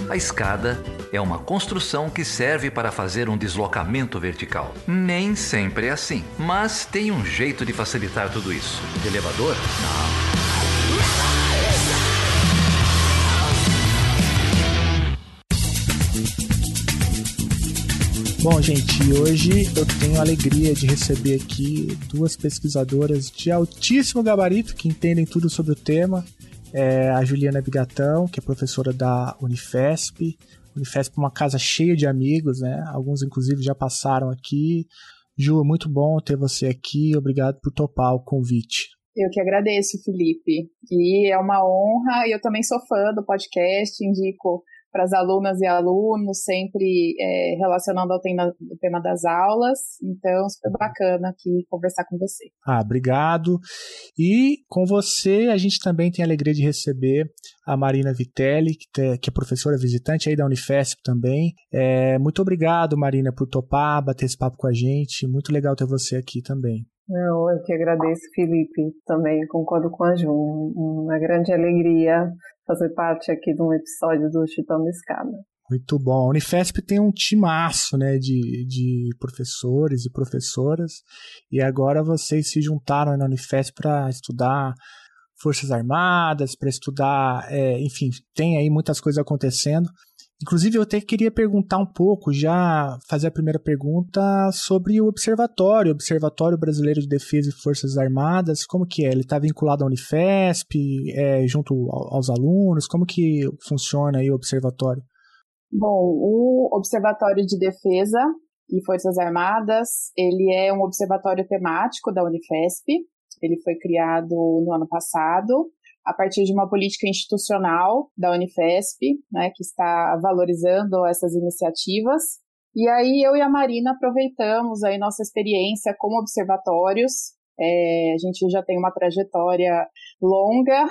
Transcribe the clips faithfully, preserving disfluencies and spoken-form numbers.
A escada é uma construção que serve para fazer um deslocamento vertical. Nem sempre é assim, mas tem um jeito de facilitar tudo isso. Elevador? Não. Bom, gente, hoje eu tenho a alegria de receber aqui duas pesquisadoras de altíssimo gabarito que entendem tudo sobre o tema. É a Juliana Bigatão, que é professora da Unifesp. Unifesp é uma casa cheia de amigos, né? Alguns, inclusive, já passaram aqui. Ju, muito bom ter você aqui. Obrigado por topar o convite. Eu que agradeço, Felipe. E é uma honra. Eu também sou fã do podcast, indico para as alunas e alunos, sempre é, relacionando ao tema, ao tema das aulas. Então, super bacana aqui conversar com você. Ah, obrigado. E com você, a gente também tem a alegria de receber a Marina Vitelli, que, te, que é professora visitante aí da Unifesp também. É, muito obrigado, Marina, por topar, bater esse papo com a gente. Muito legal ter você aqui também. Não, eu que agradeço, Felipe. Também concordo com a Ju. Uma grande alegria fazer parte aqui de um episódio do Chutando Escada. Muito bom. A Unifesp tem um timaço, né, de, de professores e professoras, e agora vocês se juntaram na Unifesp para estudar Forças Armadas, para estudar, é, enfim, tem aí muitas coisas acontecendo. Inclusive, eu até queria perguntar um pouco, já fazer a primeira pergunta sobre o Observatório, Observatório Brasileiro de Defesa e Forças Armadas, como que é? Ele está vinculado à Unifesp, é, junto aos alunos, como que funciona aí o Observatório? Bom, o Observatório de Defesa e Forças Armadas, ele é um observatório temático da Unifesp, ele foi criado no ano passado, a partir de uma política institucional da Unifesp, né, que está valorizando essas iniciativas. E aí eu e a Marina aproveitamos aí nossa experiência como observatórios. É, a gente já tem uma trajetória longa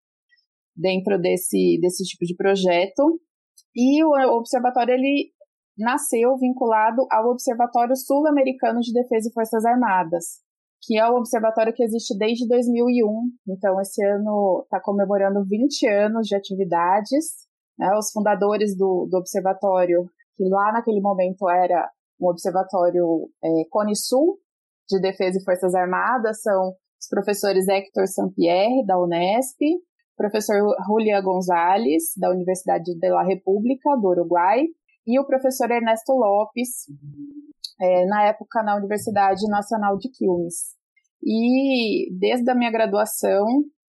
dentro desse, desse tipo de projeto. E o observatório ele nasceu vinculado ao Observatório Sul-Americano de Defesa e Forças Armadas, que é o observatório que existe desde dois mil e um. Então, esse ano está comemorando vinte anos de atividades. Né? Os fundadores do, do observatório, que lá naquele momento era um observatório é, CONISUL, de Defesa e Forças Armadas, são os professores Héctor Sampierre, da Unesp, professor Julia Gonzalez, da Universidade de la República, do Uruguai, e o professor Ernesto Lopes, é, na época na Universidade Nacional de Quilmes. E desde a minha graduação,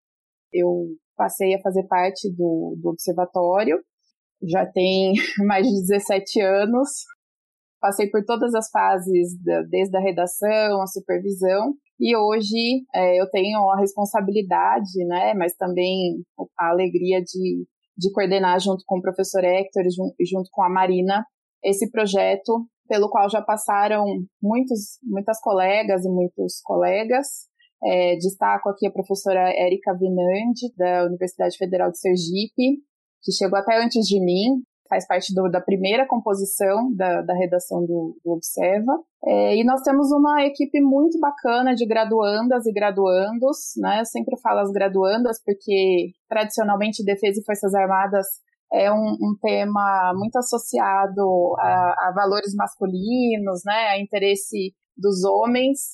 eu passei a fazer parte do, do observatório, já tem mais de dezessete anos, passei por todas as fases, da, desde a redação, a supervisão, e hoje é, eu tenho a responsabilidade, né, mas também a alegria de, de coordenar junto com o professor Héctor e junto, junto com a Marina esse projeto, pelo qual já passaram muitos, muitas colegas e muitos colegas. É, destaco aqui a professora Érica Vinandi, da Universidade Federal de Sergipe, que chegou até antes de mim, faz parte do, da primeira composição da, da redação do, do Observa. É, e nós temos uma equipe muito bacana de graduandas e graduandos, né? Eu sempre falo as graduandas porque, tradicionalmente, Defesa e Forças Armadas é um, um tema muito associado a, a valores masculinos, né, a interesse dos homens,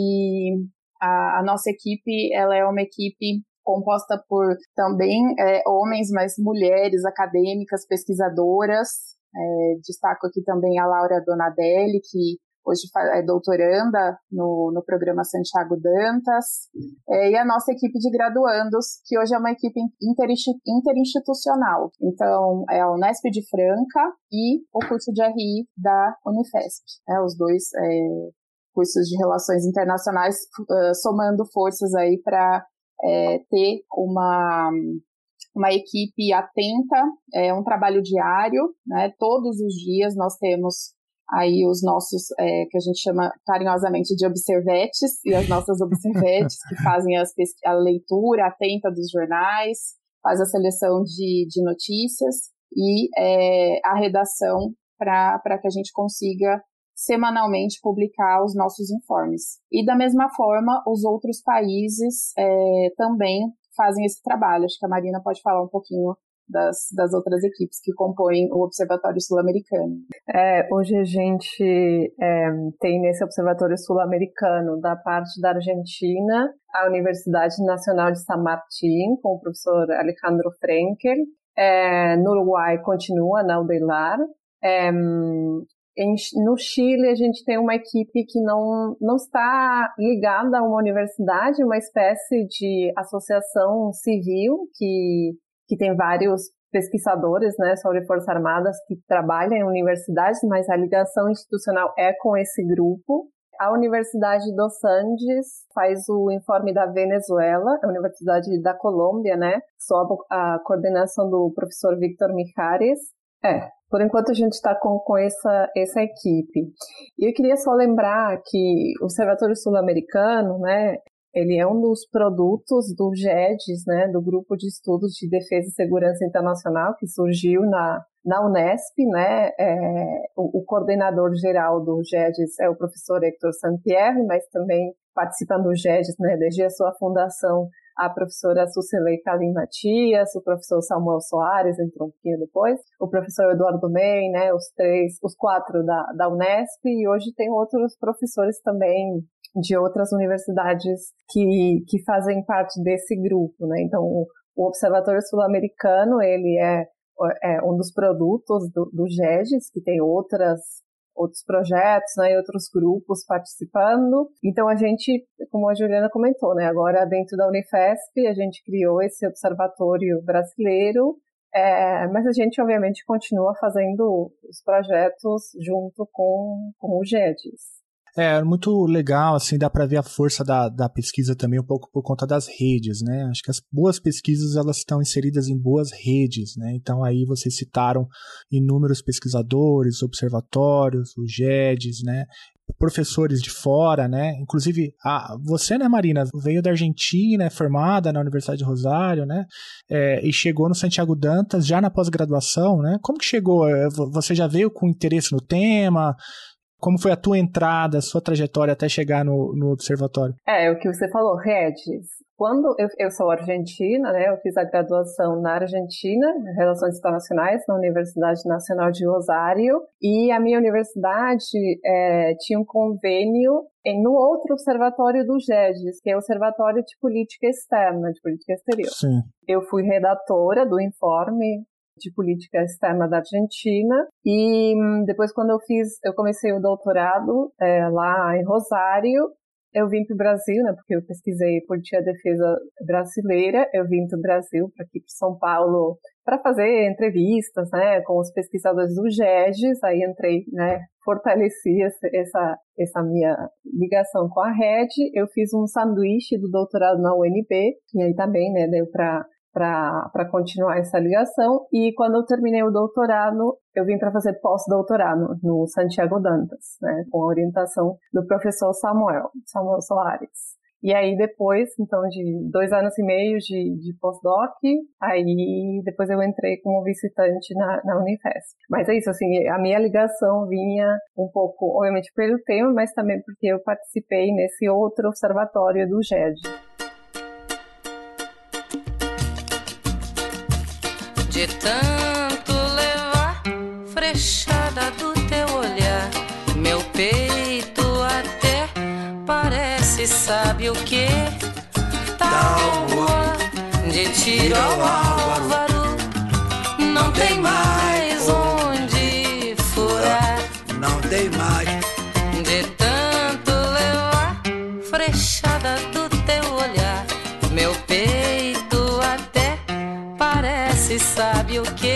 e a, a nossa equipe, ela é uma equipe composta por também é, homens, mas mulheres acadêmicas, pesquisadoras. É, destaco aqui também a Laura Donadelli, que hoje é doutoranda no, no programa Santiago Dantas, é, e a nossa equipe de graduandos, que hoje é uma equipe interinstitucional. Então, é a Unesp de Franca e o curso de R I da Unifesp. É, os dois é, cursos de Relações Internacionais, uh, somando forças aí para é, ter uma... uma equipe atenta, é um trabalho diário, né? Todos os dias nós temos aí os nossos, é, que a gente chama carinhosamente de observetes, e as nossas observetes que fazem as pesqu- a leitura atenta dos jornais, faz a seleção de, de notícias e é, a redação para que a gente consiga semanalmente publicar os nossos informes. E da mesma forma, os outros países é, também fazem esse trabalho. Acho que a Marina pode falar um pouquinho das, das outras equipes que compõem o Observatório Sul-Americano. É, hoje a gente é, tem nesse Observatório Sul-Americano, da parte da Argentina, a Universidade Nacional de San Martín, com o professor Alejandro Frenkel. É, no Uruguai continua na UDELAR. É, em, no Chile a gente tem uma equipe que não, não está ligada a uma universidade, uma espécie de associação civil que, que tem vários pesquisadores, né, sobre Forças Armadas que trabalham em universidades, mas a ligação institucional é com esse grupo. A Universidade dos Andes faz o informe da Venezuela, a Universidade da Colômbia, né, sob a coordenação do professor Víctor Mijares. É, por enquanto a gente está com, com essa, essa equipe. E eu queria só lembrar que o Observatório Sul-Americano, né, ele é um dos produtos do GEDES, né, do Grupo de Estudos de Defesa e Segurança Internacional, que surgiu na, na Unesp, né, é, o, o coordenador geral do GEDES é o professor Hector Sampierre, mas também participando do GEDES, né, desde a sua fundação, a professora Sucelei Kalim Matias, o professor Samuel Soares, entrou um pouquinho depois, o professor Eduardo May, né, os três, os quatro da, da Unesp, e hoje tem outros professores também de outras universidades que, que fazem parte desse grupo, né? Então, o, o Observatório Sul-Americano, ele é, é um dos produtos do, do GEDES, que tem outras, outros projetos, né, e outros grupos participando. Então, a gente, como a Juliana comentou, né, agora dentro da Unifesp, a gente criou esse observatório brasileiro, é, mas a gente, obviamente, continua fazendo os projetos junto com, com o GEDES. É, muito legal, assim, dá para ver a força da, da pesquisa também um pouco por conta das redes, né? Acho que as boas pesquisas, elas estão inseridas em boas redes, né? Então aí vocês citaram inúmeros pesquisadores, observatórios, o GEDES, né? Professores de fora, né? Inclusive, a, você, né, Marina, veio da Argentina, é formada na Universidade de Rosário, né? É, e chegou no Santiago Dantas já na pós-graduação, né? Como que chegou? Você já veio com interesse no tema? Como foi a tua entrada, a sua trajetória até chegar no, no observatório? É, o que você falou, redes. Quando eu, eu sou argentina, né, eu fiz a graduação na Argentina, em Relações Internacionais, na Universidade Nacional de Rosário, e a minha universidade é, tinha um convênio em, no outro observatório do GEDES, que é o Observatório de Política Externa, de Política Exterior. Sim. Eu fui redatora do informe de política externa da Argentina, e depois quando eu fiz, eu comecei o doutorado é, lá em Rosário, eu vim para o Brasil, né, porque eu pesquisei política de defesa brasileira, eu vim para o Brasil, para aqui para São Paulo, para fazer entrevistas, né, com os pesquisadores do GEDES, aí entrei, né, fortaleci essa, essa minha ligação com a rede, eu fiz um sanduíche do doutorado na U N B, e aí também, né, deu para para continuar essa ligação, e quando eu terminei o doutorado, eu vim para fazer pós-doutorado no Santiago Dantas, né, com a orientação do professor Samuel, Samuel Soares. E aí depois, então, de dois anos e meio de, de pós-doc, aí depois eu entrei como visitante na, na Unifesp. Mas é isso, assim, a minha ligação vinha um pouco, obviamente, pelo tema, mas também porque eu participei nesse outro observatório do GEDES. De tanto levar frechada do teu olhar, meu peito até parece, sabe o que? Tábua de tiro ao álvaro, não tem mais onde furar, não tem mais. De tanto levar frechada do teu olhar, meu peito até parece, sabe o que?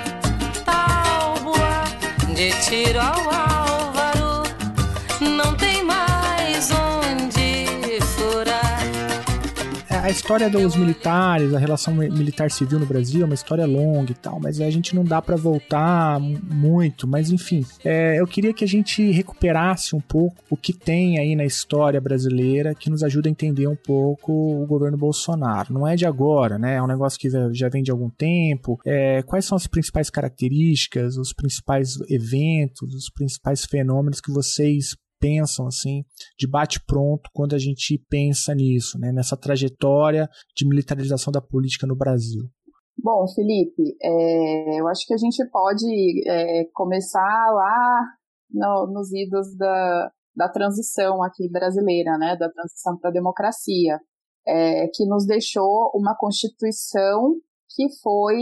Tábua de tiro ao álvaro, não tem mais onde furar. A história dos militares, a relação militar-civil no Brasil é uma história longa e tal, mas a gente não dá para voltar muito, mas enfim, é, eu queria que a gente recuperasse um pouco o que tem aí na história brasileira que nos ajuda a entender um pouco o governo Bolsonaro. Não é de agora, né? É um negócio que já vem de algum tempo. É, quais são as principais características, os principais eventos, os principais fenômenos que vocês pensam assim, de bate-pronto quando a gente pensa nisso, né, nessa trajetória de militarização da política no Brasil? Bom, Felipe, é, eu acho que a gente pode é, começar lá no, nos idos da, da transição aqui brasileira, né, da transição para a democracia, é, que nos deixou uma Constituição que foi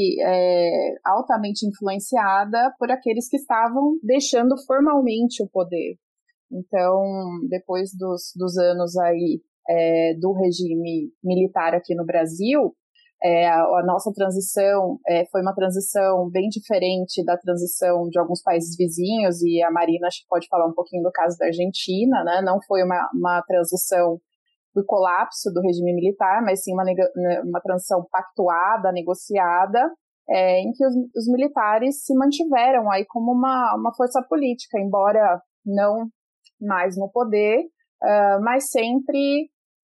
é, altamente influenciada por aqueles que estavam deixando formalmente o poder. Então, depois dos, dos anos aí é, do regime militar aqui no Brasil, É, a, a nossa transição é, foi uma transição bem diferente da transição de alguns países vizinhos, e a Marina acho que pode falar um pouquinho do caso da Argentina, né? Não foi uma, uma transição do colapso do regime militar, mas sim uma, uma transição pactuada, negociada, é, em que os, os militares se mantiveram aí como uma, uma força política, embora não mais no poder, uh, mas sempre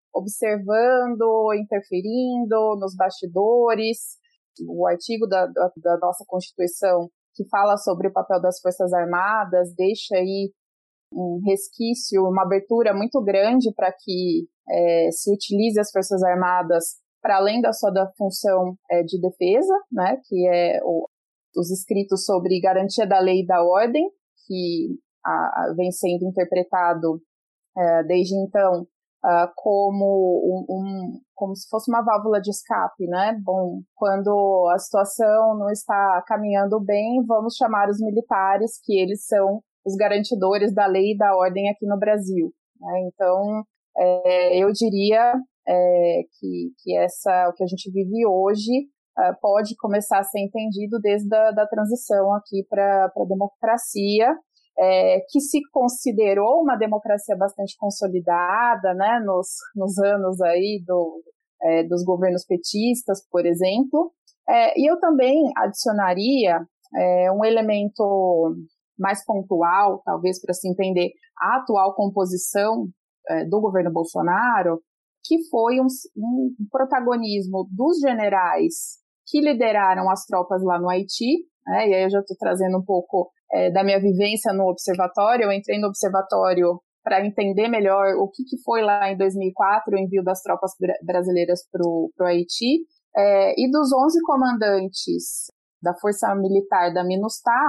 observando, interferindo nos bastidores. O artigo da, da, da nossa Constituição que fala sobre o papel das Forças Armadas deixa aí um resquício, uma abertura muito grande para que é, se utilize as Forças Armadas para além da sua da função é, de defesa, né, que é o, os escritos sobre garantia da lei e da ordem, que a, a, vem sendo interpretado é, desde então Uh, como, um, um, como se fosse uma válvula de escape, né? Bom, quando a situação não está caminhando bem, vamos chamar os militares, que eles são os garantidores da lei e da ordem aqui no Brasil, né? Então, é, eu diria é, que, que essa, o que a gente vive hoje uh, pode começar a ser entendido desde a da transição aqui para a democracia, É, que se considerou uma democracia bastante consolidada, né, nos, nos anos aí do, é, dos governos petistas, por exemplo. É, e eu também adicionaria é, um elemento mais pontual, talvez para se entender a atual composição é, do governo Bolsonaro, que foi um, um protagonismo dos generais que lideraram as tropas lá no Haiti, né, e aí eu já estou trazendo um pouco É, da minha vivência no observatório. Eu entrei no observatório para entender melhor o que, que foi lá em dois mil e quatro, o envio das tropas brasileiras para o Haiti, é, e dos onze comandantes da Força Militar da MINUSTAH,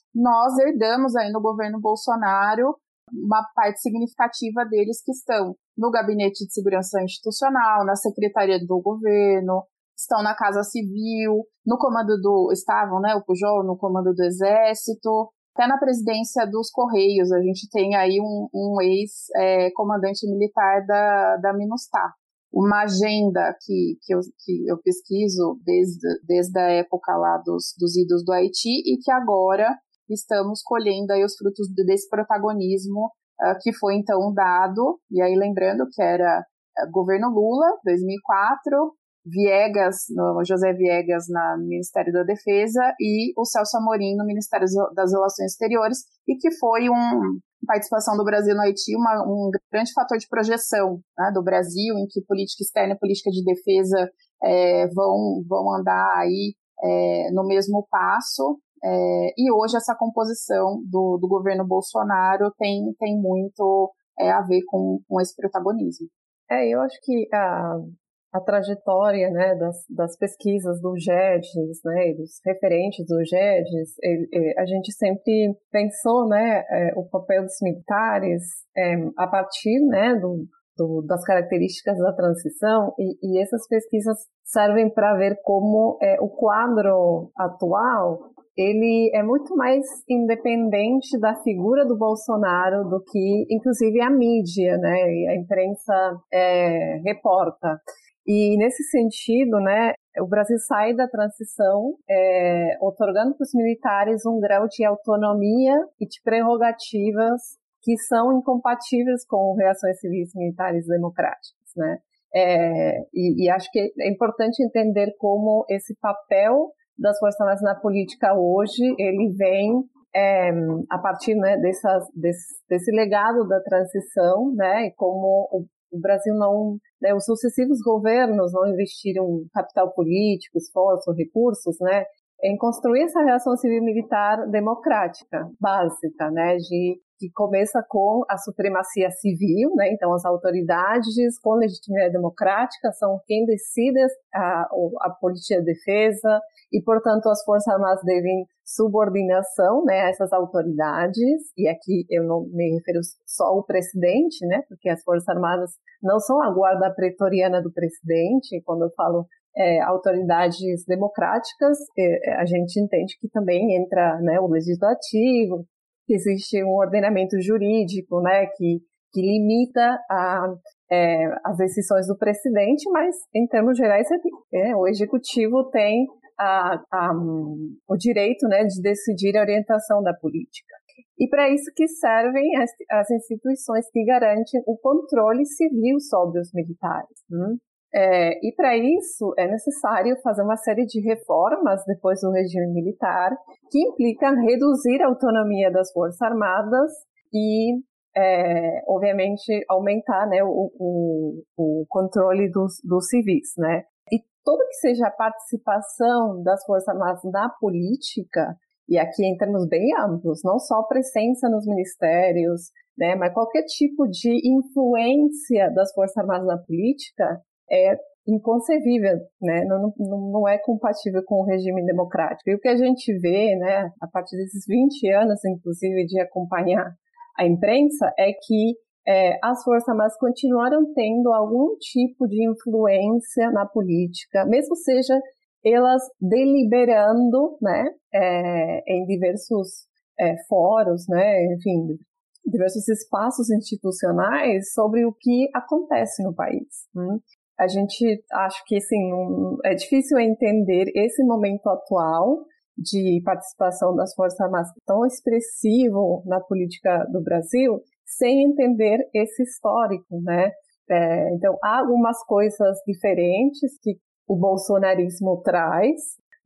nós herdamos aí no governo Bolsonaro uma parte significativa deles que estão no Gabinete de Segurança Institucional, na Secretaria do Governo, estão na Casa Civil, no comando do... estavam, né, o Pujol, no comando do Exército, até na presidência dos Correios. A gente tem aí um, um ex-comandante é, militar da, da MINUSTAH. Uma agenda que, que, eu, que eu pesquiso desde, desde a época lá dos, dos idos do Haiti e que agora estamos colhendo aí os frutos desse protagonismo uh, que foi então dado, e aí lembrando que era uh, governo Lula, dois mil e quatro, Viegas, no José Viegas no Ministério da Defesa e o Celso Amorim no Ministério das Relações Exteriores, e que foi uma participação do Brasil no Haiti, uma, um grande fator de projeção, né, do Brasil, em que política externa e política de defesa é, vão, vão andar aí é, no mesmo passo, é, e hoje essa composição do, do governo Bolsonaro tem, tem muito é, a ver com, com esse protagonismo. É, eu acho que a a trajetória, né, das, das pesquisas do GEDES, né, dos referentes do GEDES, ele, ele, a gente sempre pensou, né, é, o papel dos militares é, a partir, né, do, do, das características da transição, e, e essas pesquisas servem para ver como é, o quadro atual ele é muito mais independente da figura do Bolsonaro do que, inclusive, a mídia, né, e a imprensa é, reporta. E, nesse sentido, né, o Brasil sai da transição é, otorgando para os militares um grau de autonomia e de prerrogativas que são incompatíveis com reações civis militares democráticas, né? É, e, e acho que é importante entender como esse papel das Forças Armadas na política hoje, ele vem é, a partir, né, dessas, desse, desse legado da transição, né, e como o O Brasil não, né, os sucessivos governos não investiram capital político, esforço, recursos, né, em construir essa relação civil-militar democrática, básica, né, de que começa com a supremacia civil, né? Então as autoridades com legitimidade democrática são quem decide a, a política de defesa e, portanto, as Forças Armadas devem subordinação, né, a essas autoridades, e aqui eu não me refiro só ao presidente, né, porque as Forças Armadas não são a guarda pretoriana do presidente. Quando eu falo é, autoridades democráticas, é, a gente entende que também entra, né, o legislativo, que existe um ordenamento jurídico, né, que, que limita a, é, as decisões do presidente, mas em termos gerais é, o executivo tem A, a, o direito, né, de decidir a orientação da política. E para isso que servem as, as instituições que garantem o controle civil sobre os militares. Hum? É, e para isso é necessário fazer uma série de reformas depois do regime militar, que implicam reduzir a autonomia das Forças Armadas e, é, obviamente, aumentar, né, o, o, o controle dos, dos civis, né? Tudo que seja a participação das Forças Armadas na política, e aqui em termos bem amplos, não só presença nos ministérios, né, mas qualquer tipo de influência das Forças Armadas na política é inconcebível, né, não, não, não é compatível com o regime democrático. E o que a gente vê, né, a partir desses vinte anos, inclusive, de acompanhar a imprensa, é que É, as Forças Armadas continuaram tendo algum tipo de influência na política, mesmo seja elas deliberando, né, é, em diversos é, fóruns, né, enfim, diversos espaços institucionais sobre o que acontece no país. Hum? A gente acha que assim, um, é difícil entender esse momento atual de participação das Forças Armadas tão expressivo na política do Brasil, sem entender esse histórico, né? É, então, há algumas coisas diferentes que o bolsonarismo traz,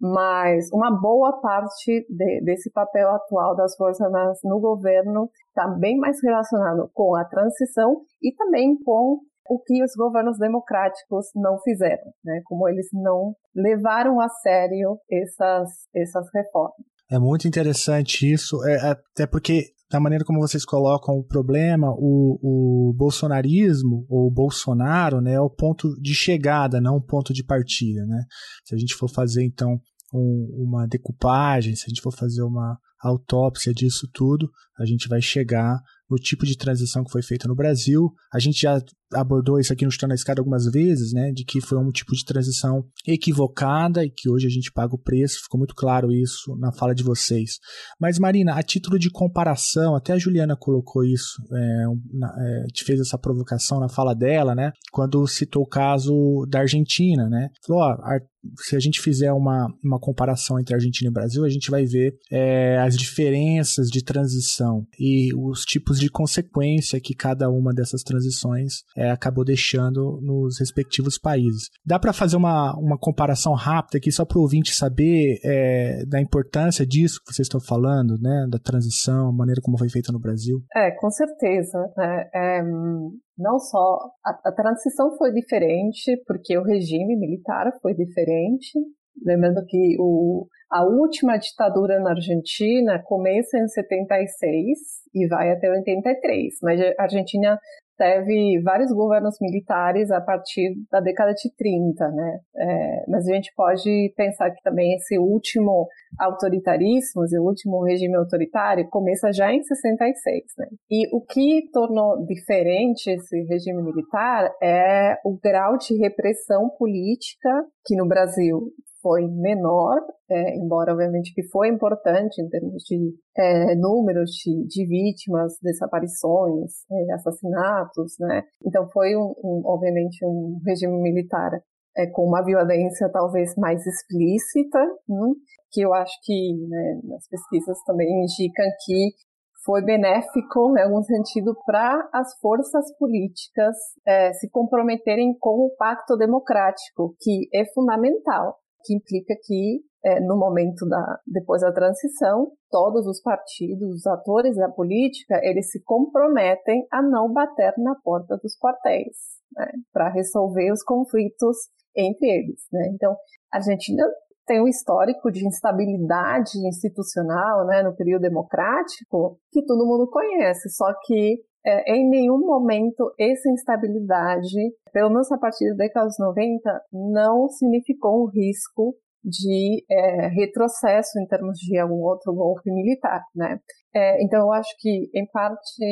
mas uma boa parte de, desse papel atual das Forças Armadas no governo está bem mais relacionado com a transição e também com o que os governos democráticos não fizeram, né? Como eles não levaram a sério essas, essas reformas. É muito interessante isso, é, até porque da maneira como vocês colocam o problema, o, o bolsonarismo, ou o Bolsonaro, né, é o ponto de chegada, não o ponto de partida, né? Se a gente for fazer, então, um, uma decupagem, se a gente for fazer uma autópsia disso tudo, a gente vai chegar no tipo de transição que foi feita no Brasil. A gente já abordou isso aqui no Chutando a Escada algumas vezes, né, de que foi um tipo de transição equivocada e que hoje a gente paga o preço, ficou muito claro isso na fala de vocês. Mas, Marina, a título de comparação, até a Juliana colocou isso, é, na, é, te fez essa provocação na fala dela, né, quando citou o caso da Argentina, né, falou, ó, a, se a gente fizer uma, uma comparação entre Argentina e Brasil, a gente vai ver é, as diferenças de transição e os tipos de consequência que cada uma dessas transições é, acabou deixando nos respectivos países. Dá para fazer uma, uma comparação rápida aqui, só para o ouvinte saber é, da importância disso que vocês estão falando, né, da transição, a maneira como foi feita no Brasil? É, com certeza. É, é, não só a, a transição foi diferente, porque o regime militar foi diferente. Lembrando que o, a última ditadura na Argentina começa em setenta e seis e vai até oitenta e três, mas a Argentina teve vários governos militares a partir da década de trinta, né? É, mas a gente pode pensar que também esse último autoritarismo, esse último regime autoritário começa já em sessenta e seis, né? E o que tornou diferente esse regime militar é o grau de repressão política que no Brasil foi menor, é, embora obviamente que foi importante em termos de é, números de, de vítimas, desaparições, é, assassinatos, né? Então foi um, um, obviamente um regime militar é, com uma violência talvez mais explícita, hum, que eu acho que, né, as pesquisas também indicam que foi benéfico, em algum sentido, para as forças políticas é, se comprometerem com o pacto democrático, que é fundamental, que implica que, é, no momento da, depois da transição, todos os partidos, os atores da política, eles se comprometem a não bater na porta dos quartéis, né, para resolver os conflitos entre eles, né? Então, a Argentina tem um histórico de instabilidade institucional, né, no período democrático, que todo mundo conhece, só que é, em nenhum momento essa instabilidade, pelo menos a partir da década dos noventa, não significou um risco de é, retrocesso em termos de algum outro golpe militar, né? É, então, eu acho que, em parte,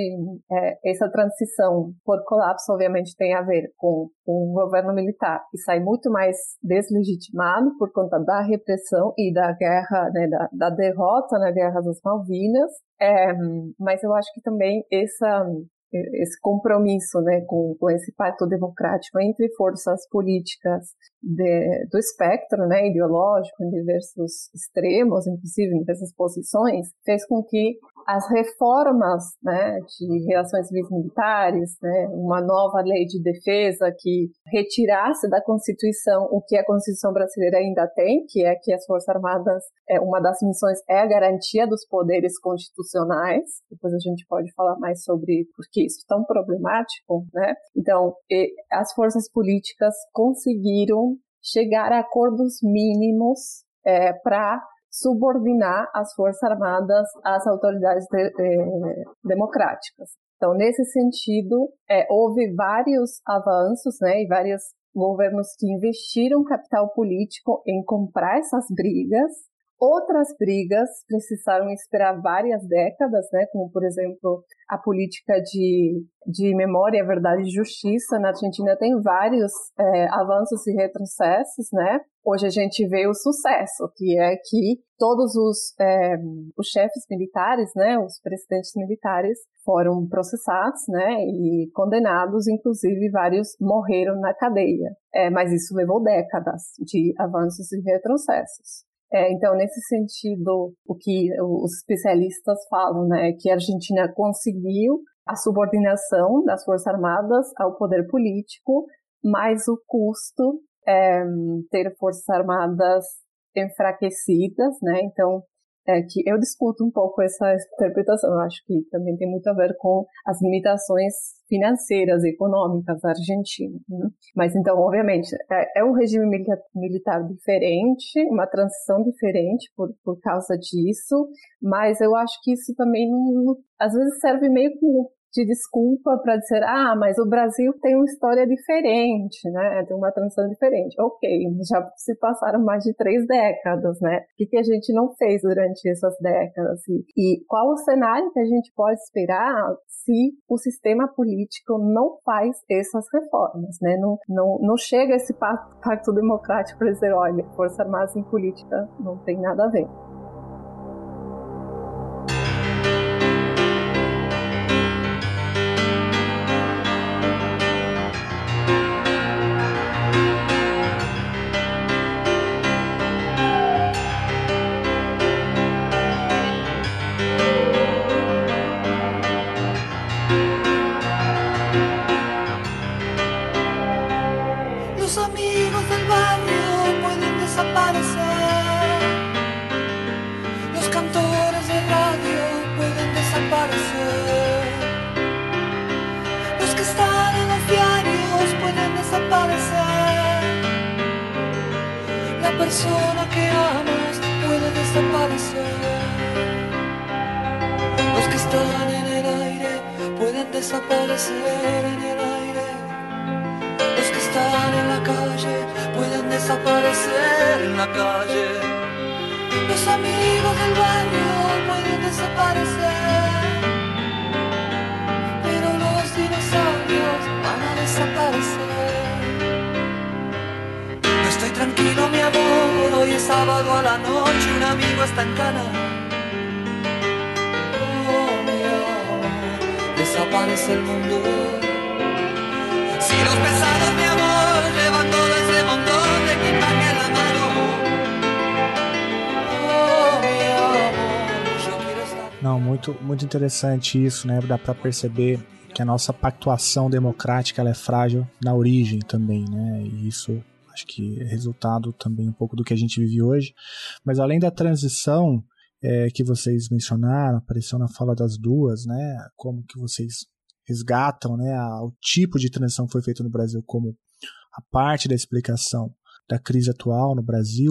é, essa transição por colapso, obviamente, tem a ver com, com um governo militar que sai muito mais deslegitimado por conta da repressão e da guerra, né, da, da derrota na Guerra das Malvinas, é, mas eu acho que também essa... esse compromisso, né, com, com esse pacto democrático entre forças políticas de, do espectro, né, ideológico, em diversos extremos, inclusive em diversas posições, fez com que as reformas, né, de relações civis militares, né, uma nova lei de defesa que retirasse da Constituição o que a Constituição brasileira ainda tem, que é que as Forças Armadas, é, uma das missões é a garantia dos poderes constitucionais. Depois a gente pode falar mais sobre por que isso é tão problemático, né? Então, as forças políticas conseguiram chegar a acordos mínimos é, para subordinar as Forças Armadas às autoridades de, de, democráticas. Então, nesse sentido, é, houve vários avanços, né, e vários governos que investiram capital político em comprar essas brigas. Outras brigas precisaram esperar várias décadas, né, como, por exemplo, a política de, de memória, verdade e justiça. Na Argentina tem vários é, avanços e retrocessos, né? Hoje a gente vê o sucesso, que é que todos os, é, os chefes militares, né, os presidentes militares, foram processados, né, e condenados, inclusive vários morreram na cadeia. É, mas isso levou décadas de avanços e retrocessos. É, então, nesse sentido, o que os especialistas falam, né, é que a Argentina conseguiu a subordinação das Forças Armadas ao poder político, mas o custo é ter Forças Armadas enfraquecidas, né? Então, é que eu discuto um pouco essa interpretação. Eu acho que também tem muito a ver com as limitações financeiras e econômicas da Argentina, né? Mas então, obviamente, é, é um regime militar, militar diferente, uma transição diferente por, por causa disso, mas eu acho que isso também, não, às vezes, serve meio como de desculpa para dizer, ah, mas o Brasil tem uma história diferente, né? Tem uma transição diferente. Ok, já se passaram mais de três décadas, né? O que, que a gente não fez durante essas décadas? E, e qual o cenário que a gente pode esperar se o sistema político não faz essas reformas, né? Não, não, não chega esse pacto democrático para dizer, olha, Forças Armadas em política não tem nada a ver. Persona que amas puede desaparecer. Los que están en el aire pueden desaparecer en el aire. Los que están en la calle pueden desaparecer en la calle. Los amigos del barrio pueden desaparecer, pero los dinosaurios van a desaparecer. Estoy tranquilo, mi amor, hoy es sábado a la noche, un amigo está en cana. Oh, mi amor, desaparece el mundo. Si los pesados, mi amor, llevan todo ese montón de equipaje en la mano. Oh, mi amor, yo quiero estar... Não, muito, muito interessante isso, né? Dá para perceber que a nossa pactuação democrática ela é frágil na origem também, né? E isso... acho que é resultado também um pouco do que a gente vive hoje. Mas além da transição é, que vocês mencionaram, apareceu na fala das duas, né, como que vocês resgatam, né, a, o tipo de transição que foi feito no Brasil como a parte da explicação da crise atual no Brasil,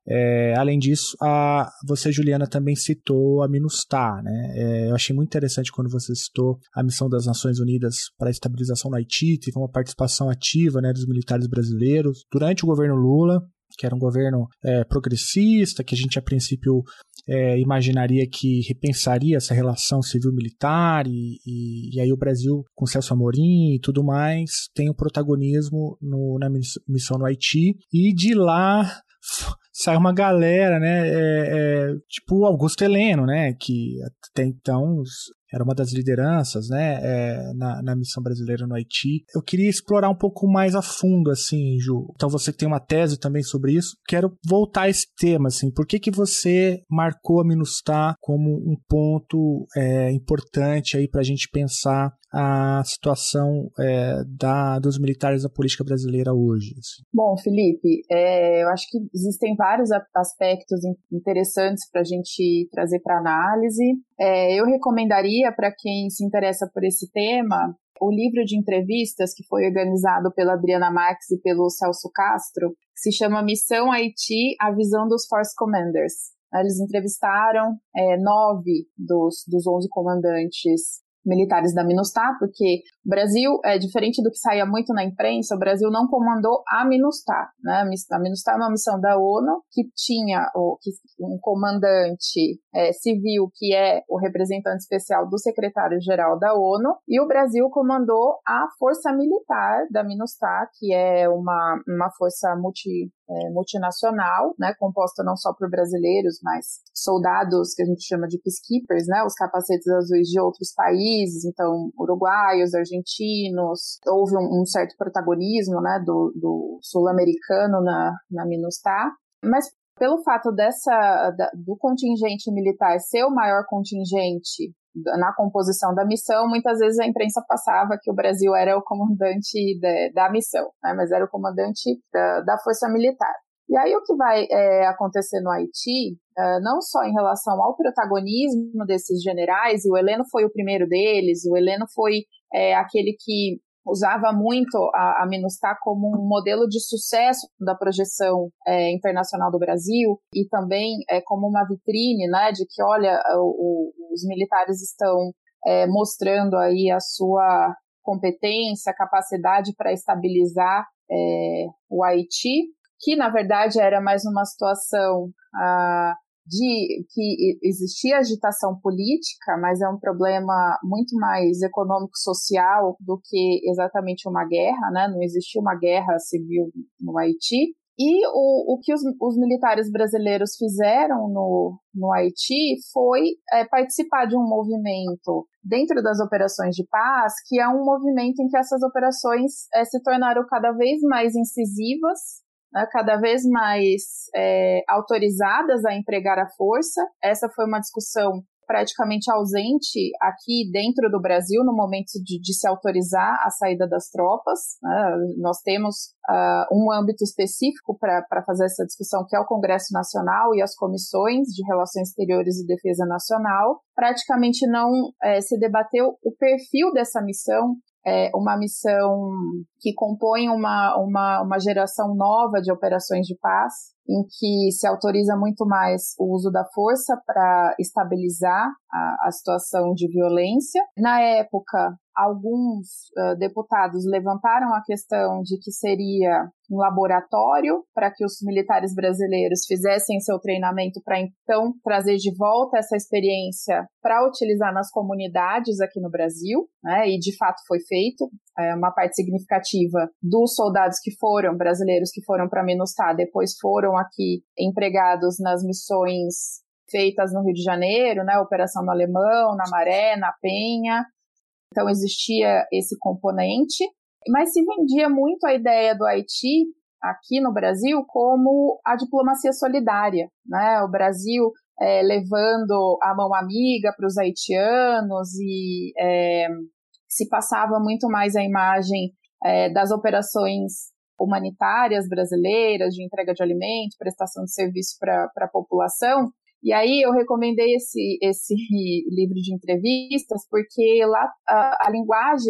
É, além disso, a, você, Juliana, também citou a MINUSTAH, né? É, eu achei muito interessante quando você citou a missão das Nações Unidas para a estabilização no Haiti, teve uma participação ativa, né, dos militares brasileiros durante o governo Lula, que era um governo é, progressista, que a gente a princípio é, imaginaria que repensaria essa relação civil-militar, e, e, e aí o Brasil, com Celso Amorim e tudo mais, tem o protagonismo no, na missão no Haiti, e de lá sai uma galera, né, é, é, tipo o Augusto Heleno, né, que até então era uma das lideranças, né, é, na, na missão brasileira no Haiti. Eu queria explorar um pouco mais a fundo, assim, Ju. Então você que tem uma tese também sobre isso, quero voltar a esse tema, assim, por que que você marcou a MINUSTAH como um ponto é, importante aí para a gente pensar a situação é, da, dos militares da política brasileira hoje? Assim? Bom, Felipe, é, eu acho que existem vários aspectos interessantes para a gente trazer para análise. É, eu recomendaria para quem se interessa por esse tema o livro de entrevistas que foi organizado pela Adriana Marques e pelo Celso Castro, que se chama Missão Haiti, a visão dos Force Commanders. Eles entrevistaram é, nove dos, dos onze comandantes militares da MINUSTAH, porque o Brasil, é diferente do que saía muito na imprensa, o Brasil não comandou a MINUSTAH, né? A MINUSTAH é uma missão da ONU que tinha o, que, um comandante é, civil, que é o representante especial do secretário-geral da ONU, e o Brasil comandou a força militar da MINUSTAH, que é uma, uma força multi, é, multinacional, né? Composta não só por brasileiros, mas soldados que a gente chama de peacekeepers, né? Os capacetes azuis de outros países, então uruguaios, argentinos, houve um, um certo protagonismo, né, do, do sul-americano na, na MINUSTAH, mas pelo fato dessa, da, do contingente militar ser o maior contingente na composição da missão, muitas vezes a imprensa passava que o Brasil era o comandante de, da missão, né, mas era o comandante da, da força militar. E aí o que vai é, acontecer no Haiti, é, não só em relação ao protagonismo desses generais, e o Heleno foi o primeiro deles, o Heleno foi é, aquele que usava muito a, a MINUSTAH como um modelo de sucesso da projeção é, internacional do Brasil, e também é, como uma vitrine, né, de que, olha, o, o, os militares estão é, mostrando aí a sua competência, capacidade para estabilizar é, o Haiti, que na verdade era mais uma situação ah, de que existia agitação política, mas é um problema muito mais econômico-social do que exatamente uma guerra, né? Não existia uma guerra civil no Haiti. E o, o que os, os militares brasileiros fizeram no, no Haiti foi é, participar de um movimento dentro das operações de paz, que é um movimento em que essas operações é, se tornaram cada vez mais incisivas, cada vez mais é, autorizadas a empregar a força. Essa foi uma discussão praticamente ausente aqui dentro do Brasil no momento de, de se autorizar a saída das tropas, né? Nós temos uh, um âmbito específico para fazer essa discussão, que é o Congresso Nacional e as comissões de Relações Exteriores e Defesa Nacional. Praticamente não é, se debateu o perfil dessa missão, é uma missão que compõe uma, uma, uma geração nova de operações de paz, em que se autoriza muito mais o uso da força para estabilizar a, a situação de violência. Na época, alguns uh, deputados levantaram a questão de que seria um laboratório para que os militares brasileiros fizessem seu treinamento para então trazer de volta essa experiência para utilizar nas comunidades aqui no Brasil, né? E de fato foi feito. É, uma parte significativa dos soldados que foram, brasileiros que foram para a MINUSTAH, depois foram aqui empregados nas missões feitas no Rio de Janeiro, né? Operação no Alemão, na Maré, na Penha. Então existia esse componente, mas se vendia muito a ideia do Haiti aqui no Brasil como a diplomacia solidária, né? O Brasil é, levando a mão amiga para os haitianos, e é, se passava muito mais a imagem é, das operações humanitárias brasileiras, de entrega de alimentos, prestação de serviço para a população. E aí eu recomendei esse, esse livro de entrevistas porque lá a, a linguagem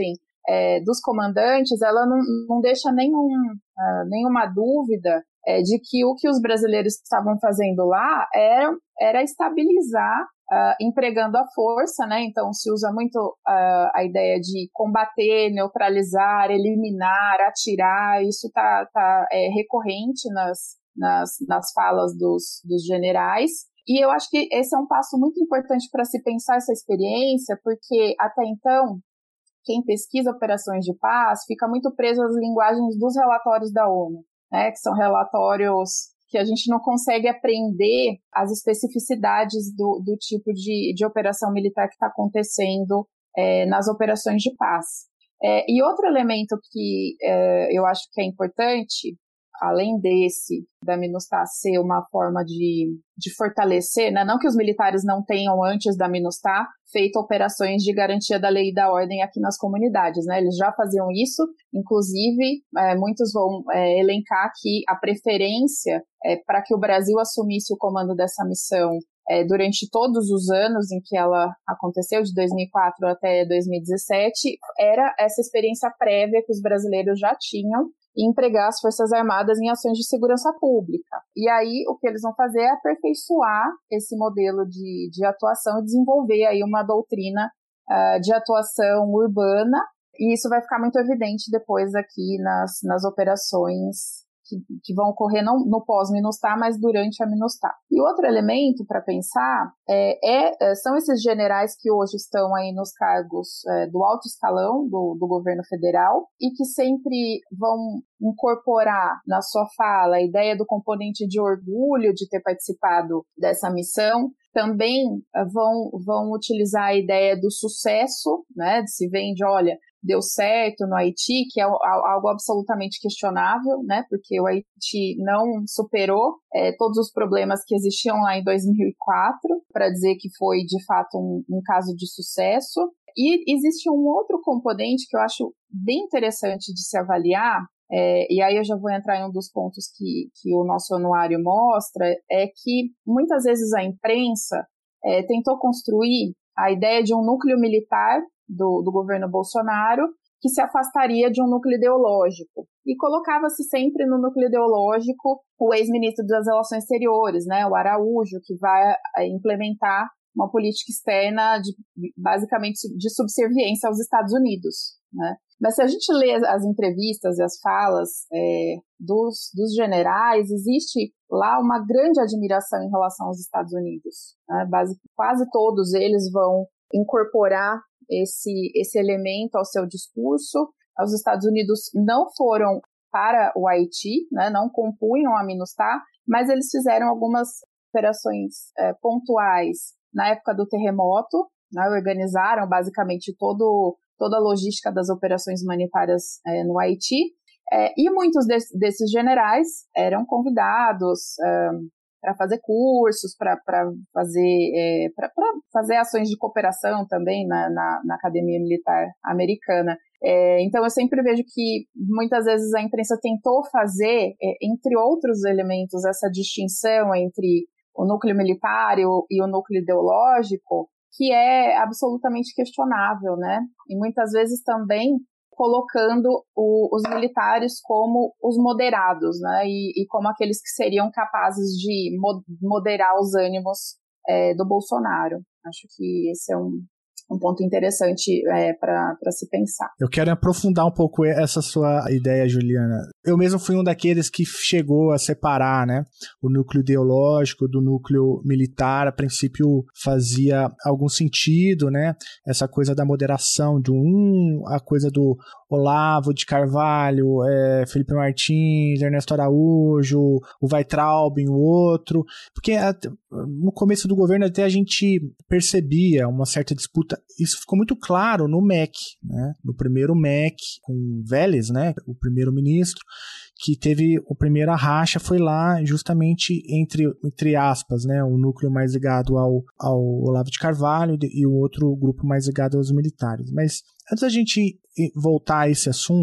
é, dos comandantes, ela não, não deixa nenhum, uh, nenhuma dúvida é, de que o que os brasileiros estavam fazendo lá era, era estabilizar, uh, empregando a força, né? Então se usa muito uh, a ideia de combater, neutralizar, eliminar, atirar, isso tá, tá é, recorrente nas, nas, nas falas dos, dos generais. E eu acho que esse é um passo muito importante para se pensar essa experiência, porque até então, quem pesquisa operações de paz fica muito preso às linguagens dos relatórios da ONU, né, que são relatórios que a gente não consegue aprender as especificidades do, do tipo de, de operação militar que está acontecendo é, nas operações de paz. É, e outro elemento que é, eu acho que é importante, além desse, da MINUSTAH ser uma forma de, de fortalecer, né? Não que os militares não tenham, antes da MINUSTAH, feito operações de garantia da lei e da ordem aqui nas comunidades, né? Eles já faziam isso, inclusive, é, muitos vão é, elencar que a preferência é, para que o Brasil assumisse o comando dessa missão é, durante todos os anos em que ela aconteceu, de dois mil e quatro até dois mil e dezessete, era essa experiência prévia que os brasileiros já tinham e empregar as Forças Armadas em ações de segurança pública. E aí, o que eles vão fazer é aperfeiçoar esse modelo de, de atuação e desenvolver aí uma doutrina uh, de atuação urbana, e isso vai ficar muito evidente depois aqui nas, nas operações que, que vão ocorrer não no pós-MINUSTAH, mas durante a MINUSTAH. E outro elemento para pensar é, é, são esses generais que hoje estão aí nos cargos é, do alto escalão do, do governo federal e que sempre vão incorporar na sua fala a ideia do componente de orgulho de ter participado dessa missão. Também vão, vão utilizar a ideia do sucesso, né, de se vende, olha, deu certo no Haiti, que é algo absolutamente questionável, né, porque o Haiti não superou é, todos os problemas que existiam lá em dois mil e quatro, para dizer que foi, de fato, um, um caso de sucesso. E existe um outro componente que eu acho bem interessante de se avaliar, É, e aí eu já vou entrar em um dos pontos que, que o nosso anuário mostra, é que muitas vezes a imprensa é, tentou construir a ideia de um núcleo militar do, do governo Bolsonaro que se afastaria de um núcleo ideológico. E colocava-se sempre no núcleo ideológico o ex-ministro das Relações Exteriores, né, o Araújo, que vai implementar uma política externa de, basicamente de subserviência aos Estados Unidos, né? Mas se a gente lê as entrevistas e as falas é, dos, dos generais, existe lá uma grande admiração em relação aos Estados Unidos, né? Basi- quase todos eles vão incorporar esse, esse elemento ao seu discurso. Os Estados Unidos não foram para o Haiti, né? Não compunham a MINUSTAH, mas eles fizeram algumas operações é, pontuais na época do terremoto, né? Organizaram basicamente todo... toda a logística das operações humanitárias é, no Haiti, é, e muitos de, desses generais eram convidados é, para fazer cursos, para fazer, é, fazer ações de cooperação também na, na, na Academia Militar Americana. É, então eu sempre vejo que muitas vezes a imprensa tentou fazer, é, entre outros elementos, essa distinção entre o núcleo militar e o, e o núcleo ideológico, que é absolutamente questionável, né? E muitas vezes também colocando o, os militares como os moderados, né? E, e como aqueles que seriam capazes de moderar os ânimos é, do Bolsonaro. Acho que esse é um, um ponto interessante é, para se pensar. Eu quero aprofundar um pouco essa sua ideia, Juliana. Eu mesmo fui um daqueles que chegou a separar, né, o núcleo ideológico do núcleo militar. A princípio fazia algum sentido, né, essa coisa da moderação de um, a coisa do Olavo de Carvalho, é, Felipe Martins, Ernesto Araújo, o Weintraub, o outro, porque até, no começo do governo até a gente percebia uma certa disputa. Isso ficou muito claro no M E C, né, no primeiro M E C com Vélez, né, o primeiro-ministro, que teve a primeira racha, foi lá justamente entre, entre aspas, né, um núcleo mais ligado ao, ao Olavo de Carvalho e o outro grupo mais ligado aos militares. Mas antes da gente voltar a esse assunto,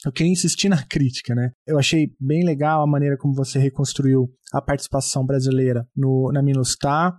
eu queria insistir na crítica, né? Eu achei bem legal a maneira como você reconstruiu a participação brasileira no, na MINUSTAH,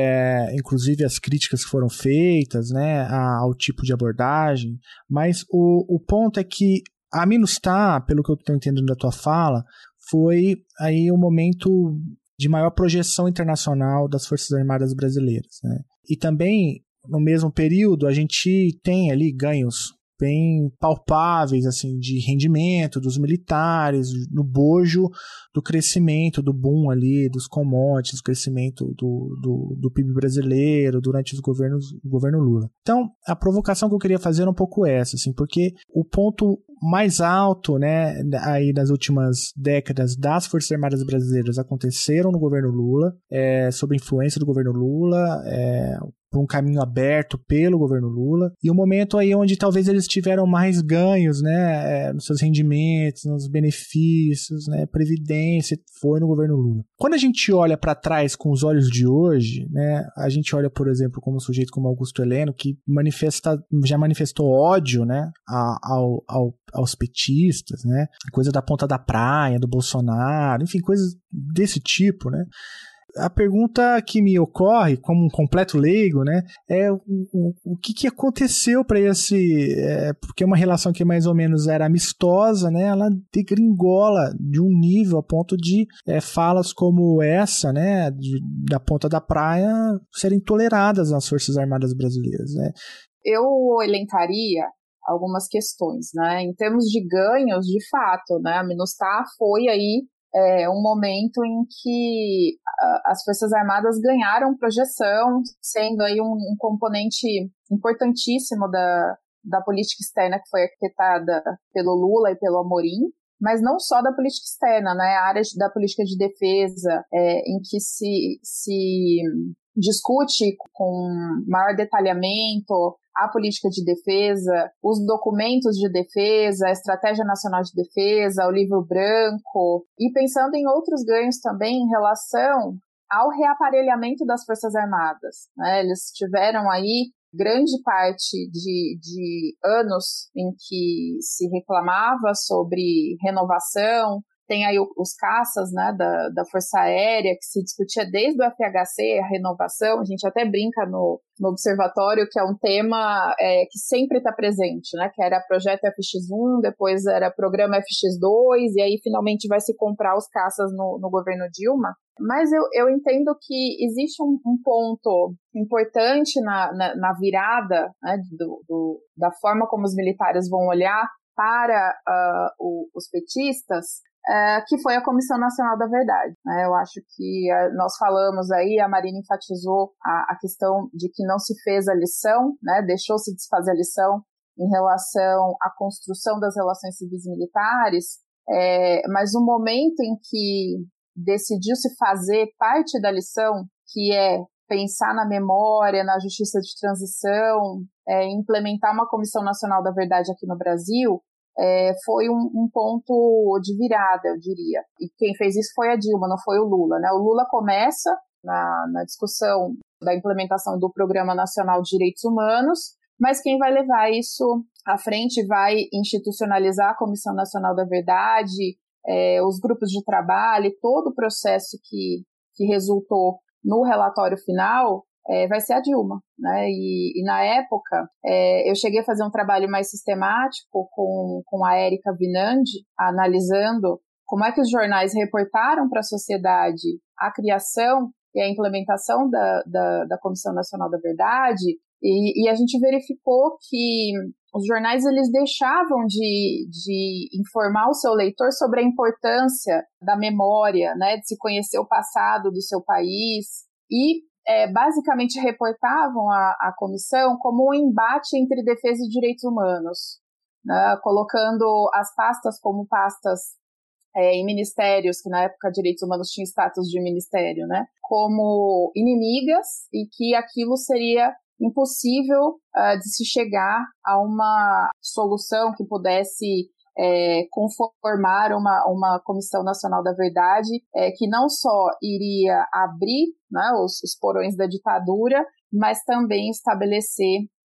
é, inclusive as críticas que foram feitas, né, ao tipo de abordagem, mas o, o ponto é que a MINUSTAH, pelo que eu estou entendendo da tua fala, foi aí o momento de maior projeção internacional das Forças Armadas brasileiras, né? E também, no mesmo período, a gente tem ali ganhos bem palpáveis, assim, de rendimento dos militares, no bojo do crescimento, do boom ali, dos commodities, do crescimento do, do, do P I B brasileiro durante os governos, o governo Lula. Então, a provocação que eu queria fazer era um pouco essa, assim, porque o ponto mais alto, né, aí das últimas décadas das Forças Armadas brasileiras aconteceram no governo Lula, é, sob a influência do governo Lula, é, por um caminho aberto pelo governo Lula, e o momento aí onde talvez eles tiveram mais ganhos, né, é, nos seus rendimentos, nos benefícios, né, previdência, foi no governo Lula. Quando a gente olha para trás com os olhos de hoje, né, a gente olha, por exemplo, como um sujeito como Augusto Heleno, que manifesta, já manifestou ódio, né, ao, ao, aos petistas, né, coisa da ponta da praia, do Bolsonaro, enfim, coisas desse tipo, né. A pergunta que me ocorre, como um completo leigo, né, é o, o, o que, que aconteceu para esse... É, porque uma relação que mais ou menos era amistosa, né, ela degringola de um nível a ponto de é, falas como essa, né, de, da ponta da praia, serem toleradas nas Forças Armadas brasileiras, né. Eu elencaria algumas questões, né, em termos de ganhos, de fato, né, a MINUSTAH foi aí É um momento em que uh, as Forças Armadas ganharam projeção, sendo aí um, um componente importantíssimo da, da política externa que foi arquitetada pelo Lula e pelo Amorim, mas não só da política externa, né? A área da política de defesa, é, em que se, se discute com maior detalhamento a política de defesa, os documentos de defesa, a Estratégia Nacional de Defesa, o Livro Branco, e pensando em outros ganhos também em relação ao reaparelhamento das Forças Armadas, né? Eles tiveram aí grande parte de, de anos em que se reclamava sobre renovação. Tem aí os caças, né, da, da Força Aérea, que se discutia desde o F H C, a renovação. A gente até brinca no, no observatório que é um tema é, que sempre está presente, né, que era projeto F X um, depois era programa F X dois, e aí finalmente vai se comprar os caças no, no governo Dilma. Mas eu, eu entendo que existe um, um ponto importante na, na, na virada, né, do, do, da forma como os militares vão olhar para uh, o, os petistas, Uh, que foi a Comissão Nacional da Verdade, né? Eu acho que uh, nós falamos aí, a Marina enfatizou a, a questão de que não se fez a lição, né? Deixou-se desfazer a lição em relação à construção das relações civis militares, é, mas o momento em que decidiu-se fazer parte da lição, que é pensar na memória, na justiça de transição, é, implementar uma Comissão Nacional da Verdade aqui no Brasil, É, foi um, um ponto de virada, eu diria. E quem fez isso foi a Dilma, não foi o Lula, né? O Lula começa na, na discussão da implementação do Programa Nacional de Direitos Humanos, mas quem vai levar isso à frente, vai institucionalizar a Comissão Nacional da Verdade, é, os grupos de trabalho, todo o processo que, que resultou no relatório final, É, vai ser a Dilma, né? E, e na época, é, eu cheguei a fazer um trabalho mais sistemático com, com a Érica Vinandi, analisando como é que os jornais reportaram para a sociedade a criação e a implementação da, da, da Comissão Nacional da Verdade, e, e a gente verificou que os jornais eles deixavam de, de informar o seu leitor sobre a importância da memória, né? De se conhecer o passado do seu país, e É, basicamente reportavam a, a comissão como um embate entre defesa e direitos humanos, né, colocando as pastas como pastas é, em ministérios, que na época direitos humanos tinham status de ministério, né, como inimigas, e que aquilo seria impossível uh, de se chegar a uma solução que pudesse É, conformar uma, uma Comissão Nacional da Verdade, é, que não só iria abrir, né, os, os porões da ditadura, mas também estabelecer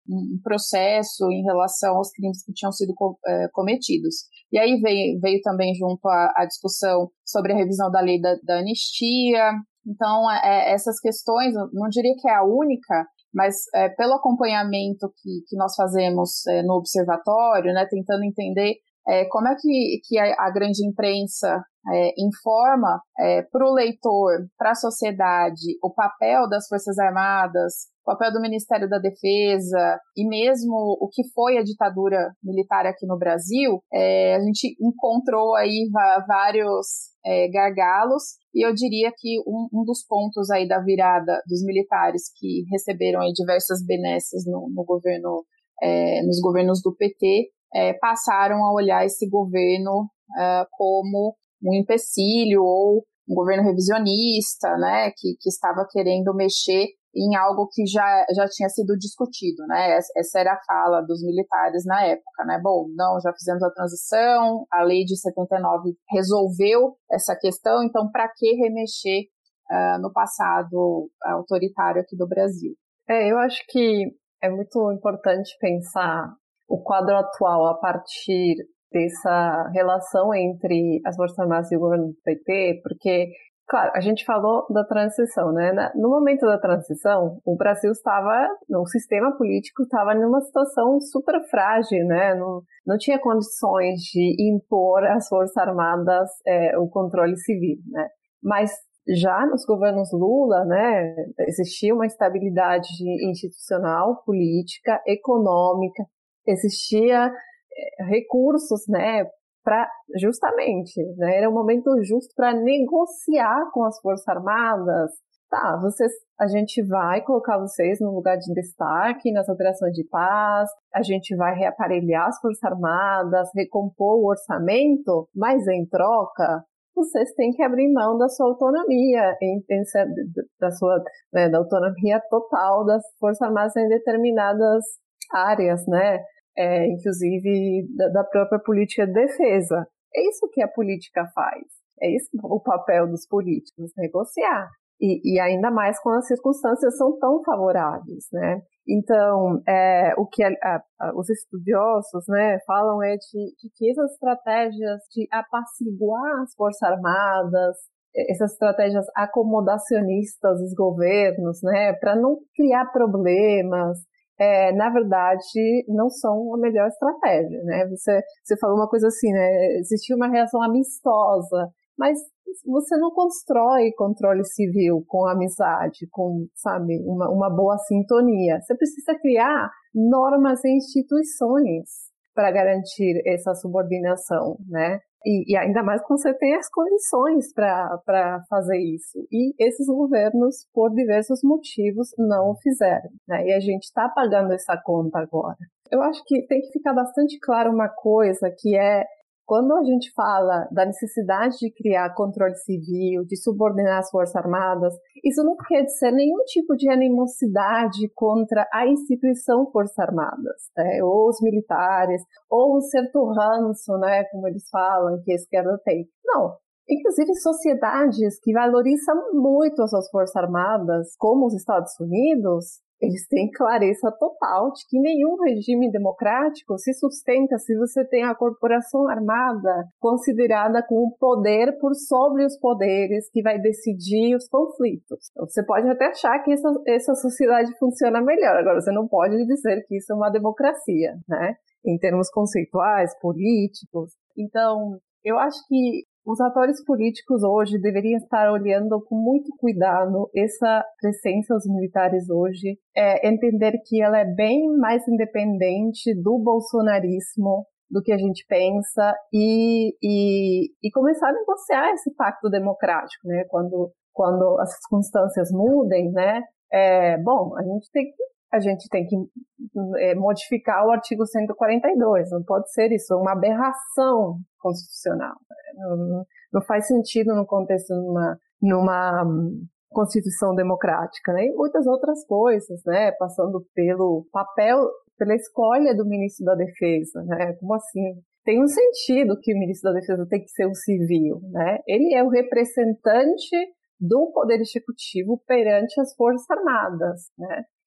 um processo em relação aos crimes que tinham sido é, cometidos. E aí veio, veio também junto a, a discussão sobre a revisão da lei da, da anistia. Então, é, essas questões, não diria que é a única, mas é, pelo acompanhamento que, que nós fazemos é, no observatório, né, tentando entender é, como é que, que a, a grande imprensa é, informa é, para o leitor, para a sociedade, o papel das Forças Armadas, o papel do Ministério da Defesa e mesmo o que foi a ditadura militar aqui no Brasil, é, a gente encontrou aí vários é, gargalos, e eu diria que um, um dos pontos aí da virada dos militares que receberam aí diversas benesses no, no governo, é, nos governos do P T, é, passaram a olhar esse governo é, como um empecilho ou um governo revisionista, né, que, que estava querendo mexer em algo que já, já tinha sido discutido, né, essa era a fala dos militares na época, né, bom, não, já fizemos a transição, a lei de setenta e nove resolveu essa questão, então para que remexer uh, no passado autoritário aqui do Brasil? É, eu acho que é muito importante pensar o quadro atual a partir dessa relação entre as Forças Armadas e o governo do P T, porque, claro, a gente falou da transição, né? No momento da transição, o Brasil estava, o sistema político estava numa situação super frágil, né? Não, não tinha condições de impor às Forças Armadas é, o controle civil, né? Mas já nos governos Lula, né, existia uma estabilidade institucional, política, econômica, existia recursos, né, para justamente, né, era um momento justo para negociar com as Forças Armadas. Tá, vocês, a gente vai colocar vocês no lugar de destaque nas operações de paz, a gente vai reaparelhar as Forças Armadas, recompor o orçamento, mas em troca vocês têm que abrir mão da sua autonomia, em, em, da sua, né, da autonomia total das Forças Armadas em determinadas áreas, né? É, inclusive da, da própria política de defesa. É isso que a política faz. É isso o papel dos políticos, negociar. E, e ainda mais quando as circunstâncias são tão favoráveis, né? Então, é, o que a, a, os estudiosos, né, falam é de, de que essas estratégias de apaciguar as Forças Armadas, essas estratégias acomodacionistas dos governos, né, para não criar problemas, É, na verdade, não são a melhor estratégia, né? Você, você falou uma coisa assim, né? Existia uma reação amistosa, mas você não constrói controle civil com amizade, com, sabe, uma, uma boa sintonia. Você precisa criar normas e instituições para garantir essa subordinação, né? E, e ainda mais quando você tem as condições para fazer isso. E esses governos, por diversos motivos, não o fizeram, né? E a gente está pagando essa conta agora. Eu acho que tem que ficar bastante claro uma coisa, que é, quando a gente fala da necessidade de criar controle civil, de subordinar as Forças Armadas, isso não quer dizer nenhum tipo de animosidade contra a instituição Forças Armadas, né? Ou os militares, ou um certo ranço, né, como eles falam, que a esquerda tem. Não. Inclusive, sociedades que valorizam muito as suas Forças Armadas, como os Estados Unidos, eles têm clareza total de que nenhum regime democrático se sustenta se você tem a corporação armada considerada como poder por sobre os poderes que vai decidir os conflitos. Então, você pode até achar que essa, essa sociedade funciona melhor, agora você não pode dizer que isso é uma democracia, né? Em termos conceituais, políticos. Então, eu acho que os atores políticos hoje deveriam estar olhando com muito cuidado essa presença dos militares hoje, é, entender que ela é bem mais independente do bolsonarismo do que a gente pensa e, e, e começar a negociar esse pacto democrático, né? Quando, quando as circunstâncias mudem, né? É, bom, a gente tem que a gente tem que é, modificar o artigo cento e quarenta e dois, não pode ser isso, uma aberração constitucional. Não, não faz sentido no contexto de uma, numa Constituição democrática, né? E muitas outras coisas, né? Passando pelo papel, pela escolha do ministro da Defesa, né? Como assim? Tem um sentido que o ministro da Defesa tem que ser um civil, né? Ele é o representante do Poder Executivo perante as Forças Armadas, né?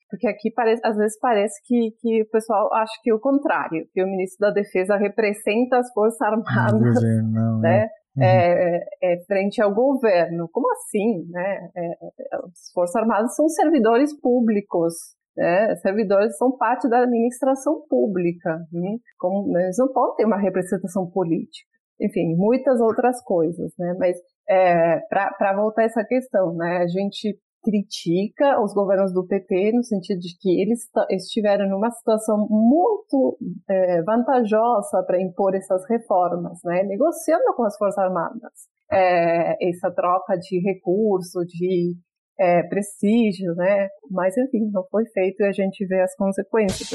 Porque aqui parece, às vezes parece que, que o pessoal acha que é o contrário, que o ministro da Defesa representa as Forças Armadas, não, governo, não, né? Uhum. É, é, frente ao governo. Como assim, né? É, as Forças Armadas são servidores públicos, né? Servidores são parte da administração pública, né? Como, eles não podem ter uma representação política. Enfim, muitas outras coisas, né? Mas é, para voltar a essa questão, né? A gente critica os governos do P T no sentido de que eles estiveram numa situação muito é, vantajosa para impor essas reformas, né? Negociando com as Forças Armadas. É, essa troca de recurso, de é, prestígio, né? Mas, enfim, não foi feito e a gente vê as consequências.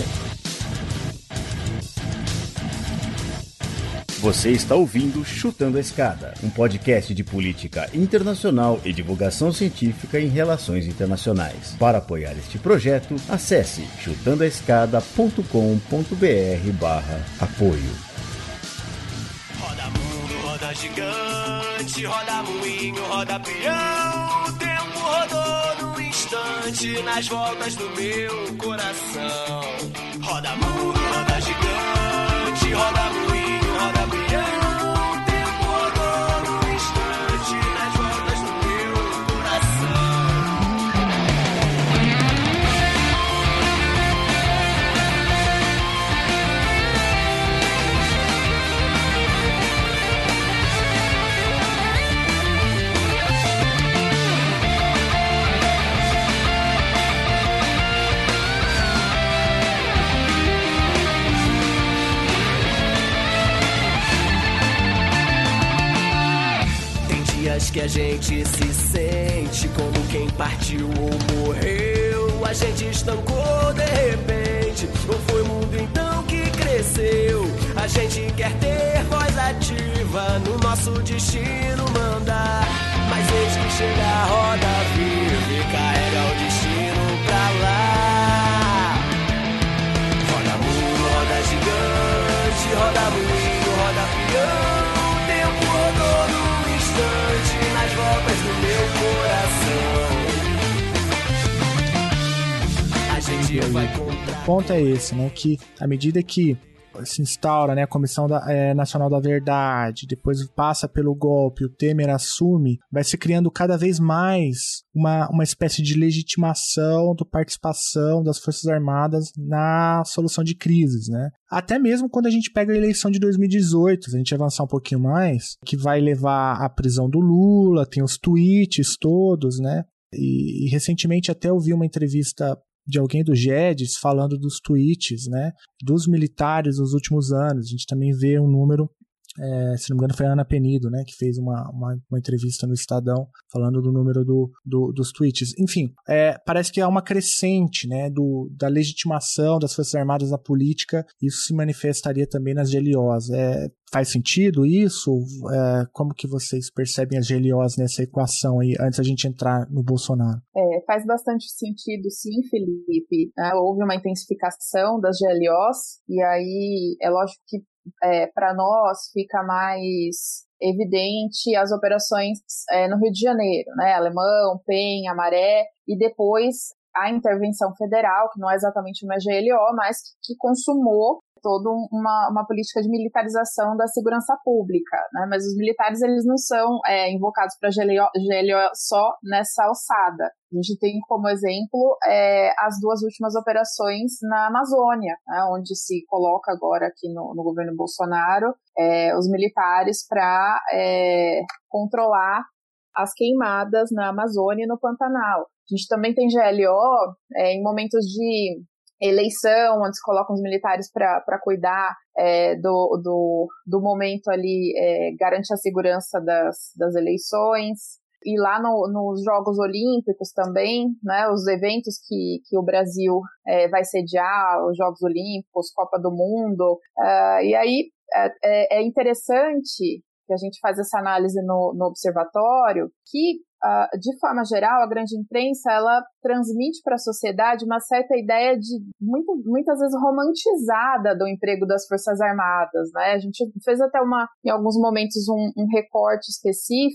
Você está ouvindo Chutando a Escada, um podcast de política internacional e divulgação científica em relações internacionais. Para apoiar este projeto, acesse chutando a escada ponto com ponto b r barra apoio. Roda mundo, roda gigante, roda moinho, roda peão. O tempo rodou num instante nas voltas do meu coração. Roda mundo, roda gigante, roda moinho. Que a gente se sente como quem partiu ou morreu. A gente estancou de repente, ou foi o mundo então que cresceu. A gente quer ter voz ativa no nosso destino mandar, mas eis que chega a roda viva e carrega o destino pra lá. Roda mundo, roda gigante, roda moinho, roda peão. O tempo rodou num instante nas voltas do meu coração. A gente vai comprar. O ponto é esse, né? Que à medida que se instaura, né, a Comissão da, é, Nacional da Verdade, depois passa pelo golpe, o Temer assume, vai se criando cada vez mais uma, uma espécie de legitimação da participação das Forças Armadas na solução de crises, né? Até mesmo quando a gente pega a eleição de dois mil e dezoito, se a gente avançar um pouquinho mais, que vai levar à prisão do Lula, tem os tweets todos, né? E, e recentemente até eu vi uma entrevista de alguém do Guedes falando dos tweets, né, dos militares nos últimos anos. A gente também vê um número, é, se não me engano foi a Ana Penido, né, que fez uma, uma, uma entrevista no Estadão falando do número do, do, dos tweets. Enfim, é, parece que há uma crescente, né, do, da legitimação das Forças Armadas na política. Isso se manifestaria também nas G L Os. É, faz sentido isso? É, como que vocês percebem as G L Os nessa equação aí, antes da gente entrar no Bolsonaro? É, faz bastante sentido, sim, Felipe. É, houve uma intensificação das G L Os, e aí é lógico que é, para nós fica mais evidente as operações é, no Rio de Janeiro, né? Alemão, Penha, Maré, e depois a intervenção federal, que não é exatamente uma G L O, mas que consumou toda uma, uma política de militarização da segurança pública, né? Mas os militares, eles não são é, invocados para G L O só nessa alçada. A gente tem como exemplo é, as duas últimas operações na Amazônia, né? Onde se coloca agora aqui no, no governo Bolsonaro é, os militares para é, controlar as queimadas na Amazônia e no Pantanal. A gente também tem G L O é, em momentos de eleição, onde se colocam os militares para cuidar é, do, do, do momento ali, é, garante a segurança das, das eleições. E lá no, nos Jogos Olímpicos também, né, os eventos que, que o Brasil é, vai sediar, os Jogos Olímpicos, Copa do Mundo. Uh, e aí é, é interessante que a gente faz essa análise no, no observatório, que, uh, de forma geral, a grande imprensa, ela transmite para a sociedade uma certa ideia de, muito, muitas vezes, romantizada do emprego das Forças Armadas, né? A gente fez até, uma, em alguns momentos, um, um recorte específico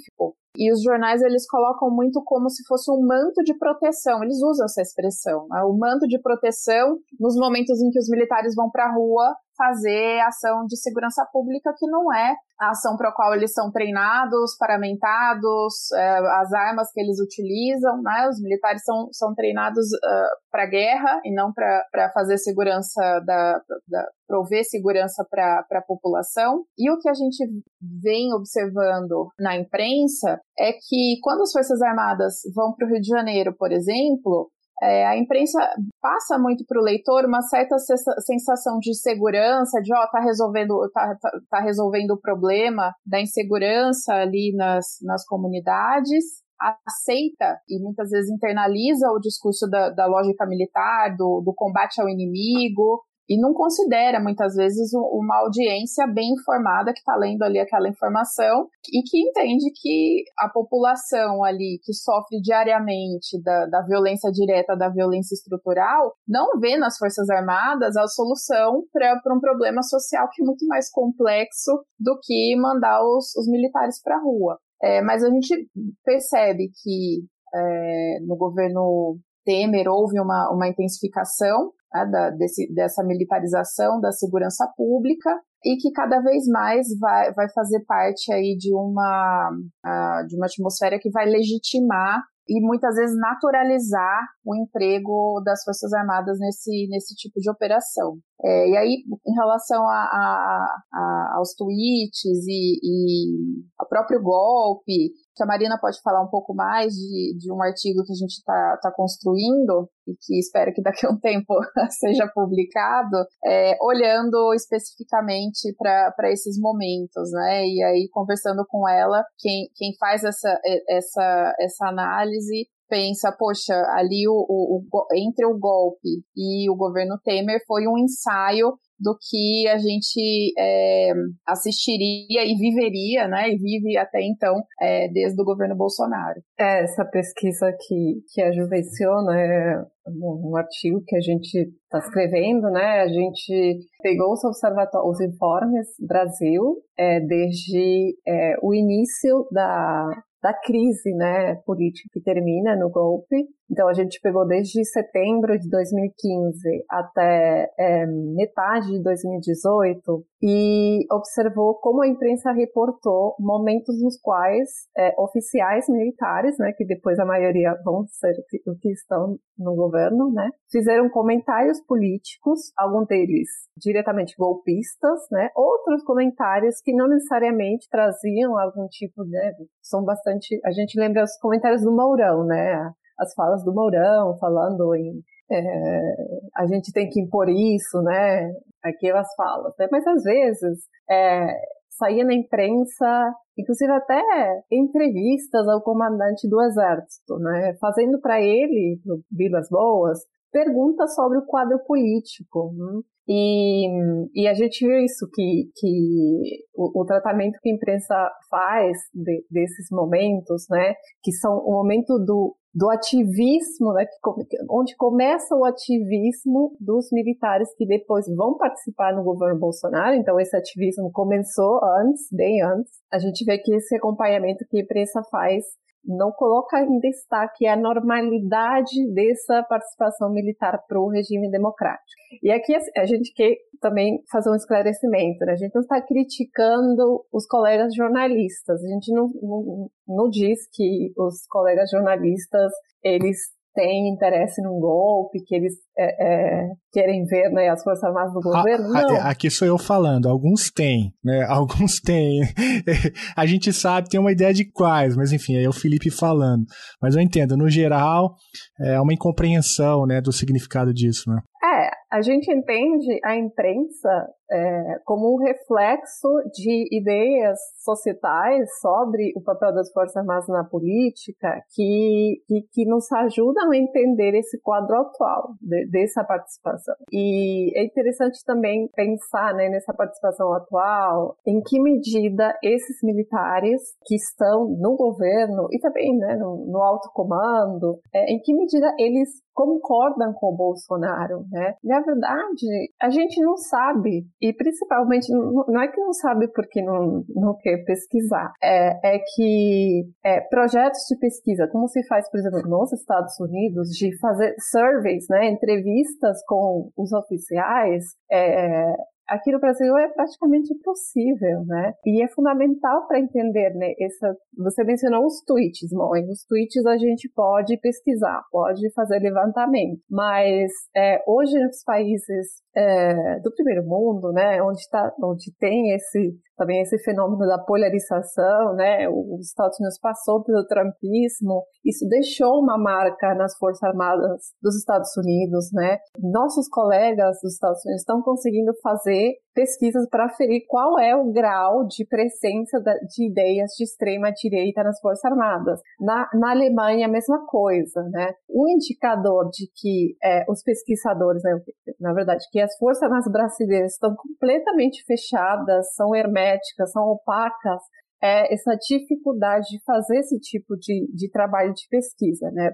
E os jornais, eles colocam muito como se fosse um manto de proteção, eles usam essa expressão, né? O manto de proteção nos momentos em que os militares vão para a rua fazer ação de segurança pública, que não é a ação para a qual eles são treinados, paramentados, é, as armas que eles utilizam, né? Os militares são, são treinados uh, para guerra e não para fazer segurança, da, da, prover segurança para a população. E o que a gente vem observando na imprensa é que quando as Forças Armadas vão para o Rio de Janeiro, por exemplo, É, a imprensa passa muito para o leitor uma certa sensação de segurança, de ó, tá resolvendo, tá, tá, tá resolvendo o problema da insegurança ali nas, nas comunidades, aceita e muitas vezes internaliza o discurso da, da lógica militar, do, do combate ao inimigo, e não considera, muitas vezes, uma audiência bem informada que está lendo ali aquela informação e que entende que a população ali que sofre diariamente da, da violência direta, da violência estrutural, não vê nas Forças Armadas a solução para um problema social que é muito mais complexo do que mandar os, os militares para a rua. É, mas a gente percebe que é, no governo Temer houve uma, uma intensificação, né, da, desse, dessa militarização da segurança pública e que cada vez mais vai, vai fazer parte aí de uma, uh, de uma atmosfera que vai legitimar e muitas vezes naturalizar o emprego das Forças Armadas nesse, nesse tipo de operação. É, e aí, em relação a, a, a, aos tweets e, e ao próprio golpe, que a Marina pode falar um pouco mais de, de um artigo que a gente está tá construindo e que espero que daqui a um tempo seja publicado, é, olhando especificamente para esses momentos, né? E aí, conversando com ela, quem, quem faz essa, essa, essa análise pensa, poxa, ali o, o, o, entre o golpe e o governo Temer foi um ensaio do que a gente é, assistiria e viveria, né, e vive até então, é, desde o governo Bolsonaro. É, essa pesquisa que, que a Ju menciona é um artigo que a gente está escrevendo, né, a gente pegou os observatórios, os informes Brasil, é, desde é, o início da... da crise, né, política que termina no golpe. Então, a gente pegou desde setembro de dois mil e quinze até é, metade de dois mil e dezoito e observou como a imprensa reportou momentos nos quais é, oficiais militares, né, que depois a maioria vão ser o que estão no governo, né, fizeram comentários políticos, alguns deles diretamente golpistas, né, outros comentários que não necessariamente traziam algum tipo de... Né, são bastante... A gente lembra os comentários do Mourão, né, as falas do Mourão, falando em é, a gente tem que impor isso, né, aquelas falas, né, mas às vezes é, saía na imprensa, inclusive até entrevistas ao comandante do Exército, né, fazendo para ele, no Vilas Boas, perguntas sobre o quadro político, né? E, e a gente viu isso, que, que o, o tratamento que a imprensa faz de, desses momentos, né, que são o momento do, do ativismo, né, que, onde começa o ativismo dos militares que depois vão participar no governo Bolsonaro. Então esse ativismo começou antes, bem antes. A gente vê que esse acompanhamento que a imprensa faz não coloca em destaque a normalidade dessa participação militar para o regime democrático. E aqui a gente quer também fazer um esclarecimento, né? A gente não está criticando os colegas jornalistas, a gente não, não, não diz que os colegas jornalistas, eles têm interesse num golpe, que eles é, é, querem ver, né, as Forças Armadas do governo, a, não. A, aqui sou eu falando, alguns têm, né, alguns têm. A gente sabe, tem uma ideia de quais, mas enfim, é o Felipe falando. Mas eu entendo, no geral, é uma incompreensão, né, do significado disso, né. É, a gente entende a imprensa é, como um reflexo de ideias societais sobre o papel das Forças Armadas na política que, que, que nos ajudam a entender esse quadro atual de, dessa participação. E é interessante também pensar, né, nessa participação atual, em que medida esses militares que estão no governo e também, né, no, no alto comando, é, em que medida eles concordam com o Bolsonaro, né? Na verdade, a gente não sabe, e principalmente, não é que não sabe porque não, não quer pesquisar, é, é que é, projetos de pesquisa, como se faz, por exemplo, nos Estados Unidos, de fazer surveys, né, entrevistas com os oficiais, é, aqui no Brasil é praticamente impossível, né? E é fundamental para entender, né? Essa, você mencionou os tweets, Moen. Os tweets a gente pode pesquisar, pode fazer levantamento, mas é, hoje nos países é, do primeiro mundo, né? Onde, tá, onde tem esse também esse fenômeno da polarização, né? Os Estados Unidos passou pelo trumpismo, isso deixou uma marca nas Forças Armadas dos Estados Unidos, né? Nossos colegas dos Estados Unidos estão conseguindo fazer pesquisas para aferir qual é o grau de presença de ideias de extrema-direita nas Forças Armadas. Na, na Alemanha, a mesma coisa, né? O indicador de que é, os pesquisadores, né, na verdade, que as Forças Armadas brasileiras estão completamente fechadas, são herméticas, são opacas, é essa dificuldade de fazer esse tipo de, de trabalho de pesquisa, né?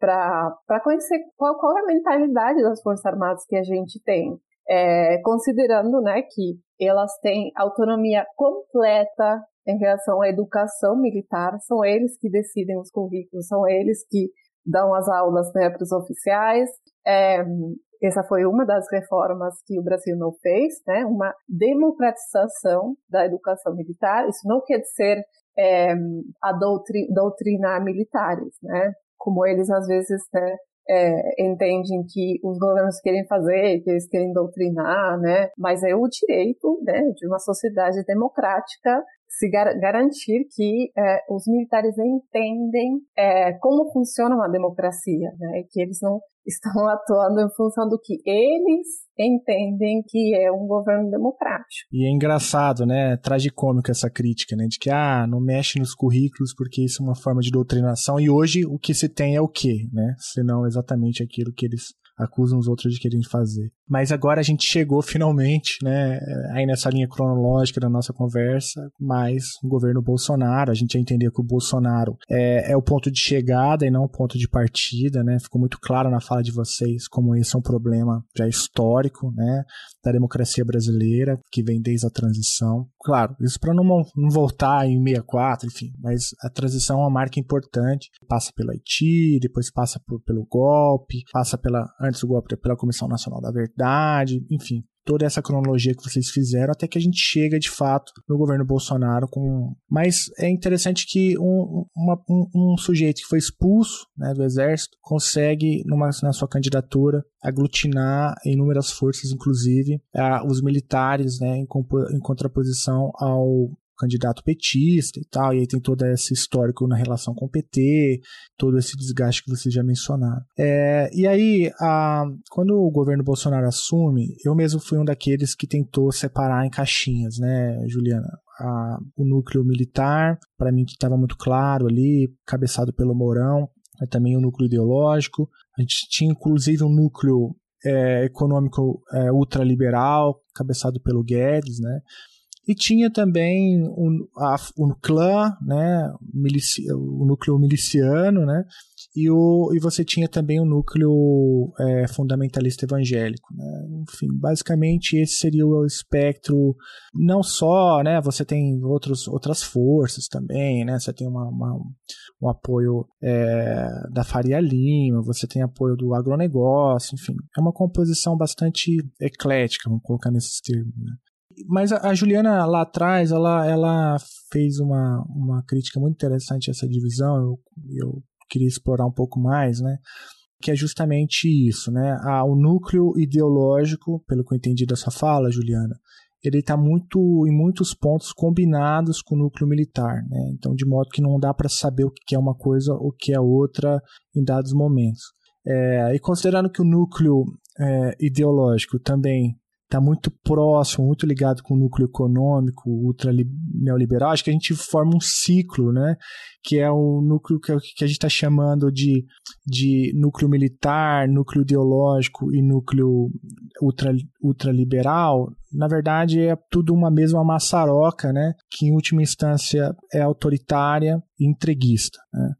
Para conhecer qual, qual é a mentalidade das Forças Armadas que a gente tem. É, considerando, né, que elas têm autonomia completa em relação à educação militar, são eles que decidem os currículos, são eles que dão as aulas, né, para os oficiais. É, essa foi uma das reformas que o Brasil não fez, né, uma democratização da educação militar. Isso não quer dizer é, a doutri, doutrinar militares, né, como eles às vezes, né, É, entendem que os governos querem fazer, que eles querem doutrinar, né? Mas é o direito, né, de uma sociedade democrática se gar- garantir que é, os militares entendem é, como funciona uma democracia, né? E que eles não estão atuando em função do que eles entendem que é um governo democrático. E é engraçado, né? Tragicômico essa crítica, né? De que, ah, não mexe nos currículos porque isso é uma forma de doutrinação. E hoje o que se tem é o quê, né? Senão exatamente aquilo que eles acusam os outros de querem fazer. Mas agora a gente chegou finalmente, né, aí nessa linha cronológica da nossa conversa, mais o governo Bolsonaro. A gente já entendeu que o Bolsonaro é, é o ponto de chegada e não o ponto de partida, né? Ficou muito claro na fala de vocês como esse é um problema já histórico, né, da democracia brasileira, que vem desde a transição. Claro, isso para não, não voltar em sessenta e quatro, enfim, mas a transição é uma marca importante. Passa pelo Haiti, depois passa por, pelo golpe, passa pela, antes do golpe, pela Comissão Nacional da Verdade, enfim, toda essa cronologia que vocês fizeram, até que a gente chega, de fato, no governo Bolsonaro com... Mas é interessante que um, uma, um, um sujeito que foi expulso, né, do Exército consegue, numa, na sua candidatura, aglutinar inúmeras forças, inclusive a, os militares, né, em, em contraposição ao candidato petista e tal, e aí tem todo esse histórico na relação com o P T, todo esse desgaste que vocês já mencionaram. É, e aí, a, quando o governo Bolsonaro assume, eu mesmo fui um daqueles que tentou separar em caixinhas, né, Juliana? A, o núcleo militar, para mim que estava muito claro ali, cabeçado pelo Mourão, mas também o núcleo ideológico. A gente tinha inclusive um núcleo é, econômico é, ultraliberal, cabeçado pelo Guedes, né? E tinha também o, a, o clã, né, milici, o núcleo miliciano, né, e, o, e você tinha também o núcleo é, fundamentalista evangélico, né. Enfim, basicamente esse seria o espectro, não só, né, você tem outros, outras forças também, né, você tem uma, uma, um apoio é, da Faria Lima, você tem apoio do agronegócio, enfim, é uma composição bastante eclética, vamos colocar nesses termos, né. Mas a Juliana lá atrás, ela, ela fez uma, uma crítica muito interessante a essa divisão, eu, eu queria explorar um pouco mais, né? Que é justamente isso, né? Ah, o núcleo ideológico, pelo que eu entendi da sua fala, Juliana, ele está muito, em muitos pontos combinados com o núcleo militar, né? Então, de modo que não dá para saber o que é uma coisa ou o que é outra em dados momentos. É, e considerando que o núcleo é, ideológico também está muito próximo, muito ligado com o núcleo econômico, ultra neoliberal, acho que a gente forma um ciclo, né, que é o núcleo que, que a gente está chamando de, de núcleo militar, núcleo ideológico e núcleo ultra, ultraliberal. Na verdade, é tudo uma mesma maçaroca, né, que em última instância é autoritária e entreguista, né.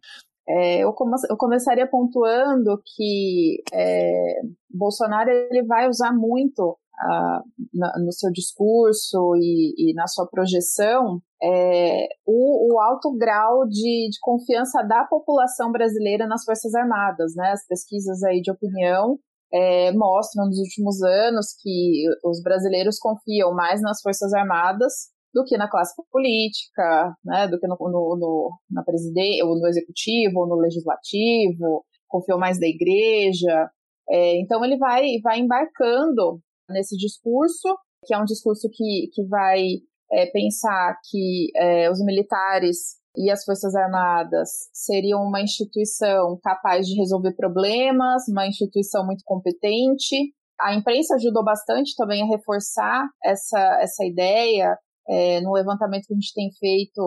É, eu, come, eu começaria pontuando que é, Bolsonaro ele vai usar muito ah, na, no seu discurso e, e na sua projeção é, o, o alto grau de, de confiança da população brasileira nas Forças Armadas, né? As pesquisas aí de opinião é, mostram nos últimos anos que os brasileiros confiam mais nas Forças Armadas do que na classe política, né, do que no, no, no, na presidência, ou no executivo, ou no legislativo, confiou mais na igreja. É, então ele vai, vai embarcando nesse discurso, que é um discurso que, que vai é, pensar que é, os militares e as Forças Armadas seriam uma instituição capaz de resolver problemas, uma instituição muito competente. A imprensa ajudou bastante também a reforçar essa, essa ideia. É, no levantamento que a gente tem feito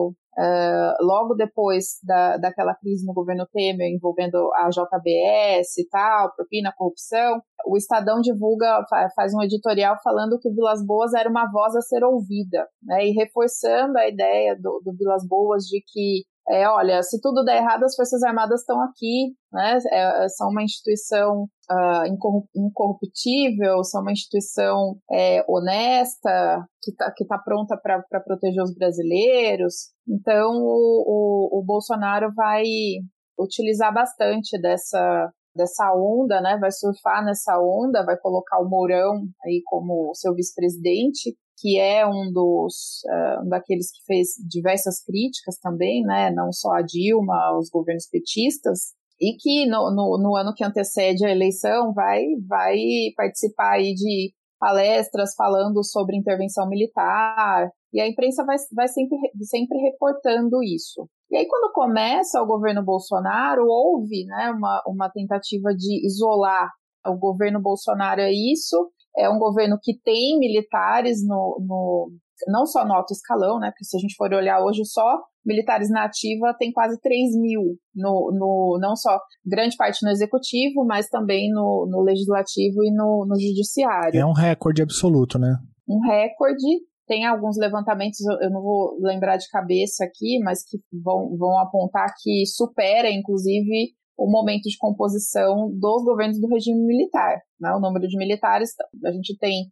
uh, logo depois da, daquela crise no governo Temer envolvendo a J B S e tal, propina, corrupção, o Estadão divulga, faz um editorial falando que o Vilas Boas era uma voz a ser ouvida, né, e reforçando a ideia do, do Vilas Boas de que É, olha, se tudo der errado, as Forças Armadas estão aqui, né? É, são uma instituição uh, incorrup- incorruptível, são uma instituição é, honesta, que está que tá pronta para proteger os brasileiros. Então, o, o, o Bolsonaro vai utilizar bastante dessa, dessa onda, né? Vai surfar nessa onda, vai colocar o Mourão aí como seu vice-presidente, que é um dos uh, um daqueles que fez diversas críticas também, né, não só a Dilma, aos governos petistas, e que no, no, no ano que antecede a eleição vai, vai participar aí de palestras falando sobre intervenção militar, e a imprensa vai, vai sempre, sempre reportando isso. E aí, quando começa o governo Bolsonaro, houve, né, uma, uma tentativa de isolar o governo Bolsonaro a isso. É um governo que tem militares, no, no, não só no alto escalão, né? Porque se a gente for olhar hoje, só militares na ativa tem quase três mil, no, no, não só grande parte no executivo, mas também no, no legislativo e no, no judiciário. É um recorde absoluto, né? Um recorde. Tem alguns levantamentos, eu não vou lembrar de cabeça aqui, mas que vão, vão apontar que supera, inclusive, o momento de composição dos governos do regime militar, né? O número de militares, a gente tem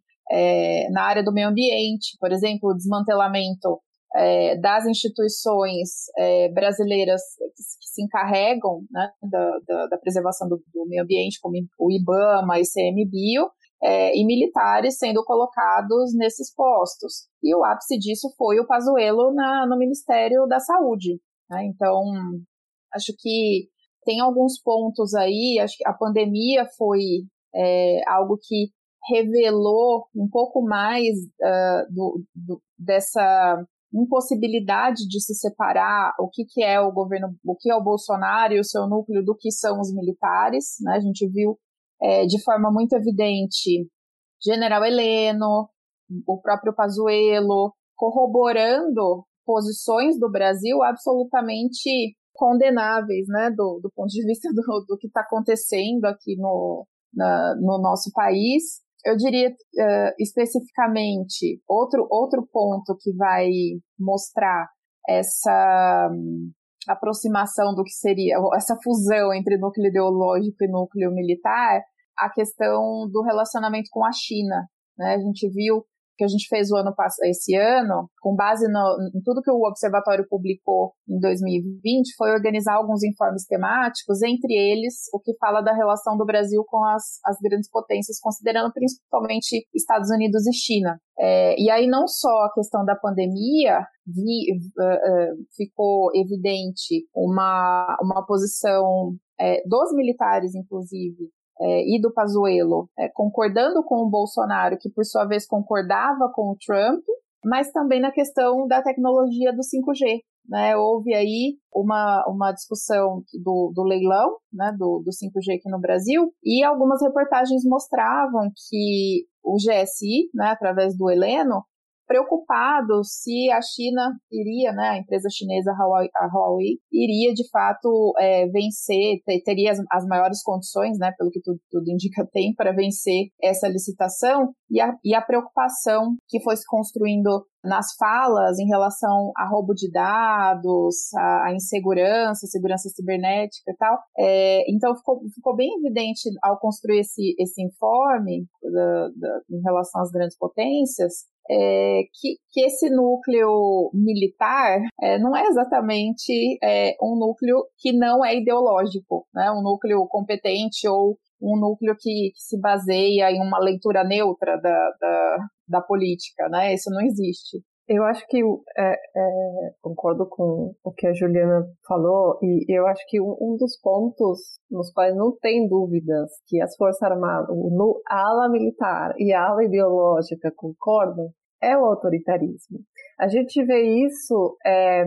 é, na área do meio ambiente, por exemplo, o desmantelamento é, das instituições é, brasileiras que, que se encarregam, né, da, da, da preservação do, do meio ambiente, como o IBAMA e I C M Bio, é, e militares sendo colocados nesses postos. E o ápice disso foi o Pazuello na, no Ministério da Saúde, né? Então, acho que tem alguns pontos aí, acho que a pandemia foi é, algo que revelou um pouco mais uh, do, do, dessa impossibilidade de se separar o que, que é o governo, o que é o Bolsonaro e o seu núcleo do que são os militares, né? A gente viu é, de forma muito evidente General Heleno, o próprio Pazuello, corroborando posições do Brasil absolutamente condenáveis, né, do, do ponto de vista do, do que está acontecendo aqui no, na, no nosso país. Eu diria uh, especificamente, outro, outro ponto que vai mostrar essa um, aproximação do que seria, essa fusão entre núcleo ideológico e núcleo militar, a questão do relacionamento com a China, né? A gente viu que a gente fez o ano passado, esse ano, com base no, em tudo que o Observatório publicou em dois mil e vinte, foi organizar alguns informes temáticos, entre eles o que fala da relação do Brasil com as, as grandes potências, considerando principalmente Estados Unidos e China. É, e aí não só a questão da pandemia, vi, uh, uh, ficou evidente uma, uma posição é, dos militares, inclusive, É, e do Pazuello, é, concordando com o Bolsonaro, que por sua vez concordava com o Trump, mas também na questão da tecnologia do cinco G. Né? Houve aí uma, uma discussão do, do leilão, né, do, do cinco G aqui no Brasil, e algumas reportagens mostravam que o G S I, né, através do Heleno, preocupado se a China iria, né, a empresa chinesa Huawei, a Huawei iria de fato é, vencer, ter, teria as, as maiores condições, né, pelo que tudo, tudo indica tem, para vencer essa licitação, e a, e a preocupação que foi se construindo nas falas em relação a roubo de dados, a, a insegurança, segurança cibernética e tal. É, então ficou, ficou bem evidente ao construir esse, esse informe da, da, em relação às grandes potências, É, que, que esse núcleo militar é, não é exatamente é, um núcleo que não é ideológico, né? Um núcleo competente ou um núcleo que, que se baseia em uma leitura neutra da, da, da política, né? Isso não existe. Eu acho que, é, é, concordo com o que a Juliana falou, e eu acho que um, um dos pontos nos quais não tem dúvidas que as Forças Armadas, no, a ala militar e a ala ideológica concordam, é o autoritarismo. A gente vê isso é,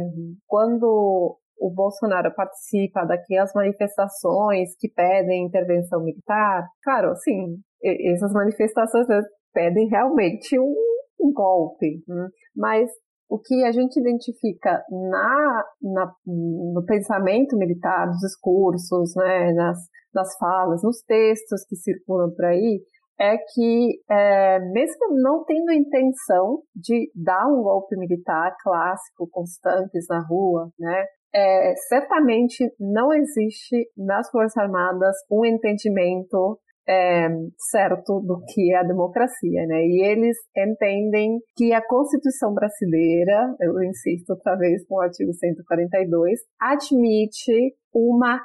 quando o Bolsonaro participa daquelas manifestações que pedem intervenção militar. Claro, sim, essas manifestações pedem realmente um, um golpe, né? Mas o que a gente identifica na, na, no pensamento militar, nos discursos, né, nas, nas falas, nos textos que circulam por aí, é que, é, mesmo não tendo a intenção de dar um golpe militar clássico, com os tanques na rua, né, é, certamente não existe nas Forças Armadas um entendimento é, certo do que é a democracia, né, e eles entendem que a Constituição brasileira, eu insisto outra vez com o artigo cento e quarenta e dois, admite uma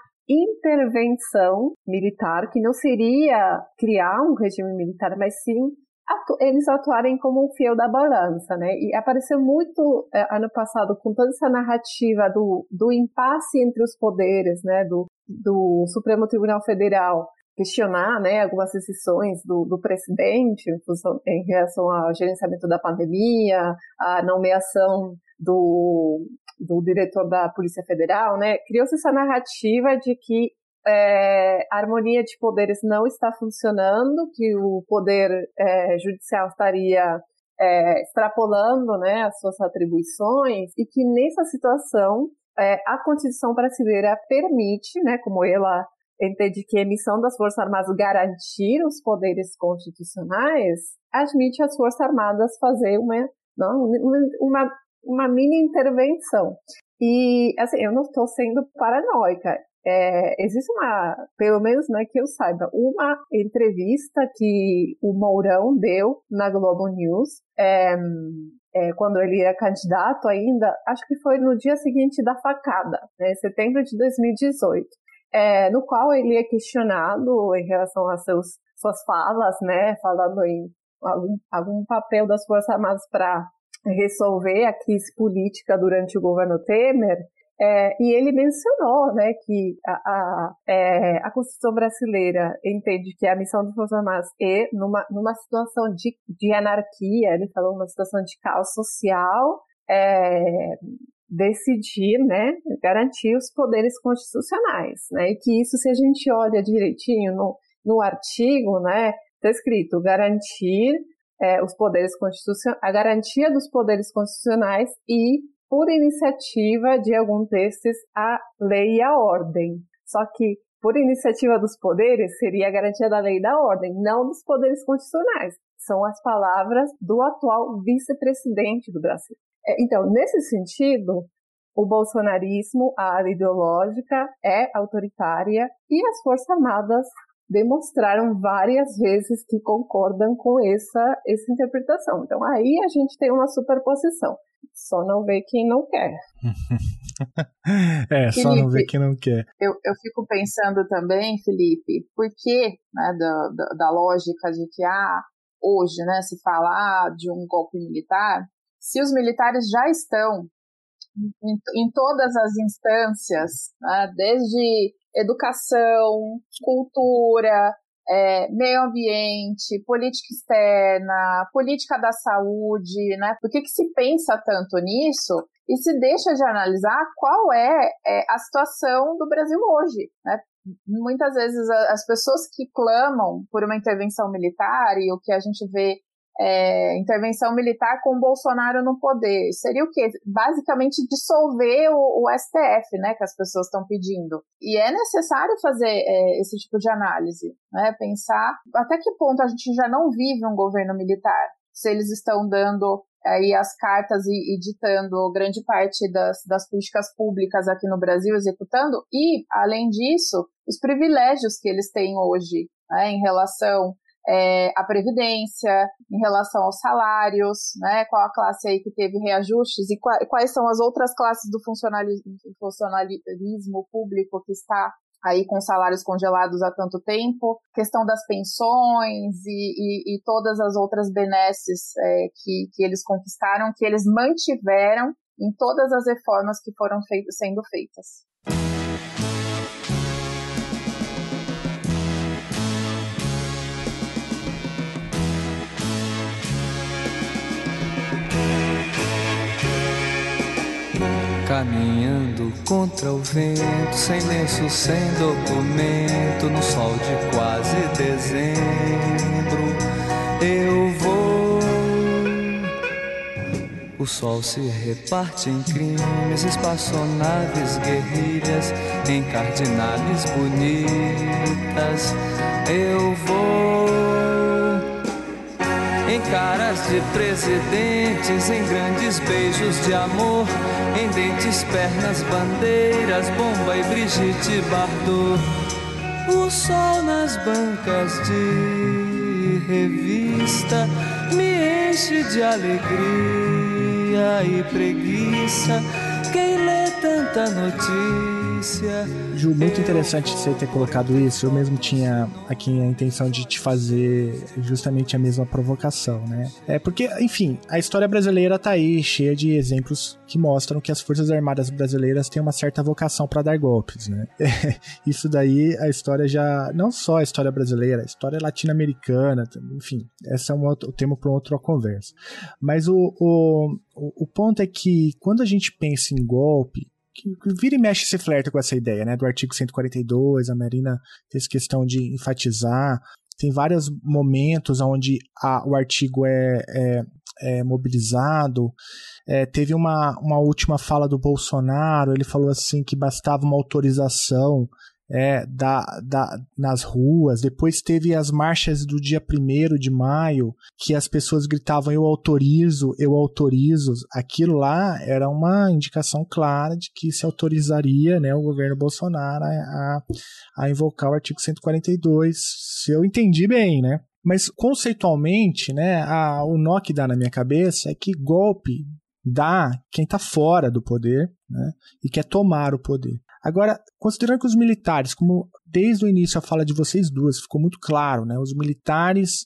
intervenção militar, que não seria criar um regime militar, mas sim atu- eles atuarem como um fiel da balança, né? E apareceu muito é, ano passado com toda essa narrativa do, do impasse entre os poderes, né? Do, do Supremo Tribunal Federal questionar, né, algumas decisões do, do presidente em, função, em relação ao gerenciamento da pandemia, a nomeação do, do diretor da Polícia Federal, né, criou-se essa narrativa de que é, a harmonia de poderes não está funcionando, que o poder é, judicial estaria é, extrapolando, né, as suas atribuições, e que nessa situação é, a Constituição brasileira permite, né, como ela entende que a emissão das Forças Armadas garantir os poderes constitucionais, admite as Forças Armadas fazer uma, não, uma, uma mini intervenção. E, assim, eu não estou sendo paranoica. É, existe uma, pelo menos, né, que eu saiba, uma entrevista que o Mourão deu na Globo News, é, é, quando ele era candidato ainda, acho que foi no dia seguinte da facada, né, setembro de dois mil e dezoito. É, no qual ele é questionado em relação às seus, suas falas, né, falando em algum, algum papel das Forças Armadas para resolver a crise política durante o governo Temer, é, e ele mencionou, né, que a, a, é, a Constituição brasileira entende que a missão das Forças Armadas é numa, numa situação de, de anarquia, ele falou uma situação de caos social, é, decidir, né, garantir os poderes constitucionais, né, e que isso, se a gente olha direitinho no, no artigo, né, está escrito garantir é, os poderes constitucionais, a garantia dos poderes constitucionais e, por iniciativa de algum destes, a lei e a ordem. Só que, por iniciativa dos poderes, seria a garantia da lei e da ordem, não dos poderes constitucionais. São as palavras do atual vice-presidente do Brasil. Então, nesse sentido, o bolsonarismo, a ala ideológica, é autoritária e as Forças Armadas demonstraram várias vezes que concordam com essa, essa interpretação. Então, aí a gente tem uma superposição. Só não vê quem não quer. é, Felipe, só não vê quem não quer. Eu, eu fico pensando também, Felipe, por que, né, da, da, da lógica de que ah, hoje, né, se falar de um golpe militar, se os militares já estão em, em todas as instâncias, né, desde educação, cultura, é, meio ambiente, política externa, política da saúde, né? Por que que se pensa tanto nisso e se deixa de analisar qual é, é a situação do Brasil hoje, né? Muitas vezes as pessoas que clamam por uma intervenção militar, e o que a gente vê é, intervenção militar com o Bolsonaro no poder. Seria o quê? Basicamente dissolver o, o S T F, né, que as pessoas estão pedindo. E é necessário fazer é, esse tipo de análise, né, pensar até que ponto a gente já não vive um governo militar, se eles estão dando aí as cartas e, e ditando grande parte das, das políticas públicas aqui no Brasil, executando, e, além disso, os privilégios que eles têm hoje, né, em relação é, à previdência, em relação aos salários, né, qual a classe aí que teve reajustes e quais, quais são as outras classes do funcionalismo, funcionalismo público que está aí com salários congelados há tanto tempo, questão das pensões e, e, e todas as outras benesses é, que, que eles conquistaram, que eles mantiveram em todas as reformas que foram feitas, sendo feitas. Caminhando contra o vento, sem lenço, sem documento, no sol de quase dezembro, eu vou. O sol se reparte em crimes, espaçonaves, guerrilhas, em cardinales bonitas, eu vou. Em caras de presidentes, em grandes beijos de amor, em dentes, pernas, bandeiras, Bomba e Brigitte Bardot. O sol nas bancas de revista me enche de alegria e preguiça. Quem lê tanta notícia? Ju, muito interessante você ter colocado isso. Eu mesmo tinha aqui a intenção de te fazer justamente a mesma provocação, né? É porque, enfim, a história brasileira tá aí cheia de exemplos que mostram que as Forças Armadas brasileiras têm uma certa vocação para dar golpes, né? Isso daí, a história já... Não só a história brasileira, a história latino-americana, enfim, esse é um outro tema para outra conversa. Mas o, o, o ponto é que quando a gente pensa em golpe, que vira e mexe se flerta com essa ideia, né, do artigo cento e quarenta e dois, a Marina fez questão de enfatizar, tem vários momentos onde a, o artigo é, é, é mobilizado, é, teve uma, uma última fala do Bolsonaro, ele falou assim que bastava uma autorização É, da, da, nas ruas. Depois teve as marchas do dia primeiro de maio, que as pessoas gritavam eu autorizo, eu autorizo. Aquilo lá era uma indicação clara de que se autorizaria, né, o governo Bolsonaro a, a, a invocar o artigo cento e quarenta e dois, se eu entendi bem, né? Mas conceitualmente, né, a, o nó que dá na minha cabeça é que golpe dá quem está fora do poder, né, e quer tomar o poder. Agora, considerando que os militares, como desde o início a fala de vocês duas ficou muito claro, né, os militares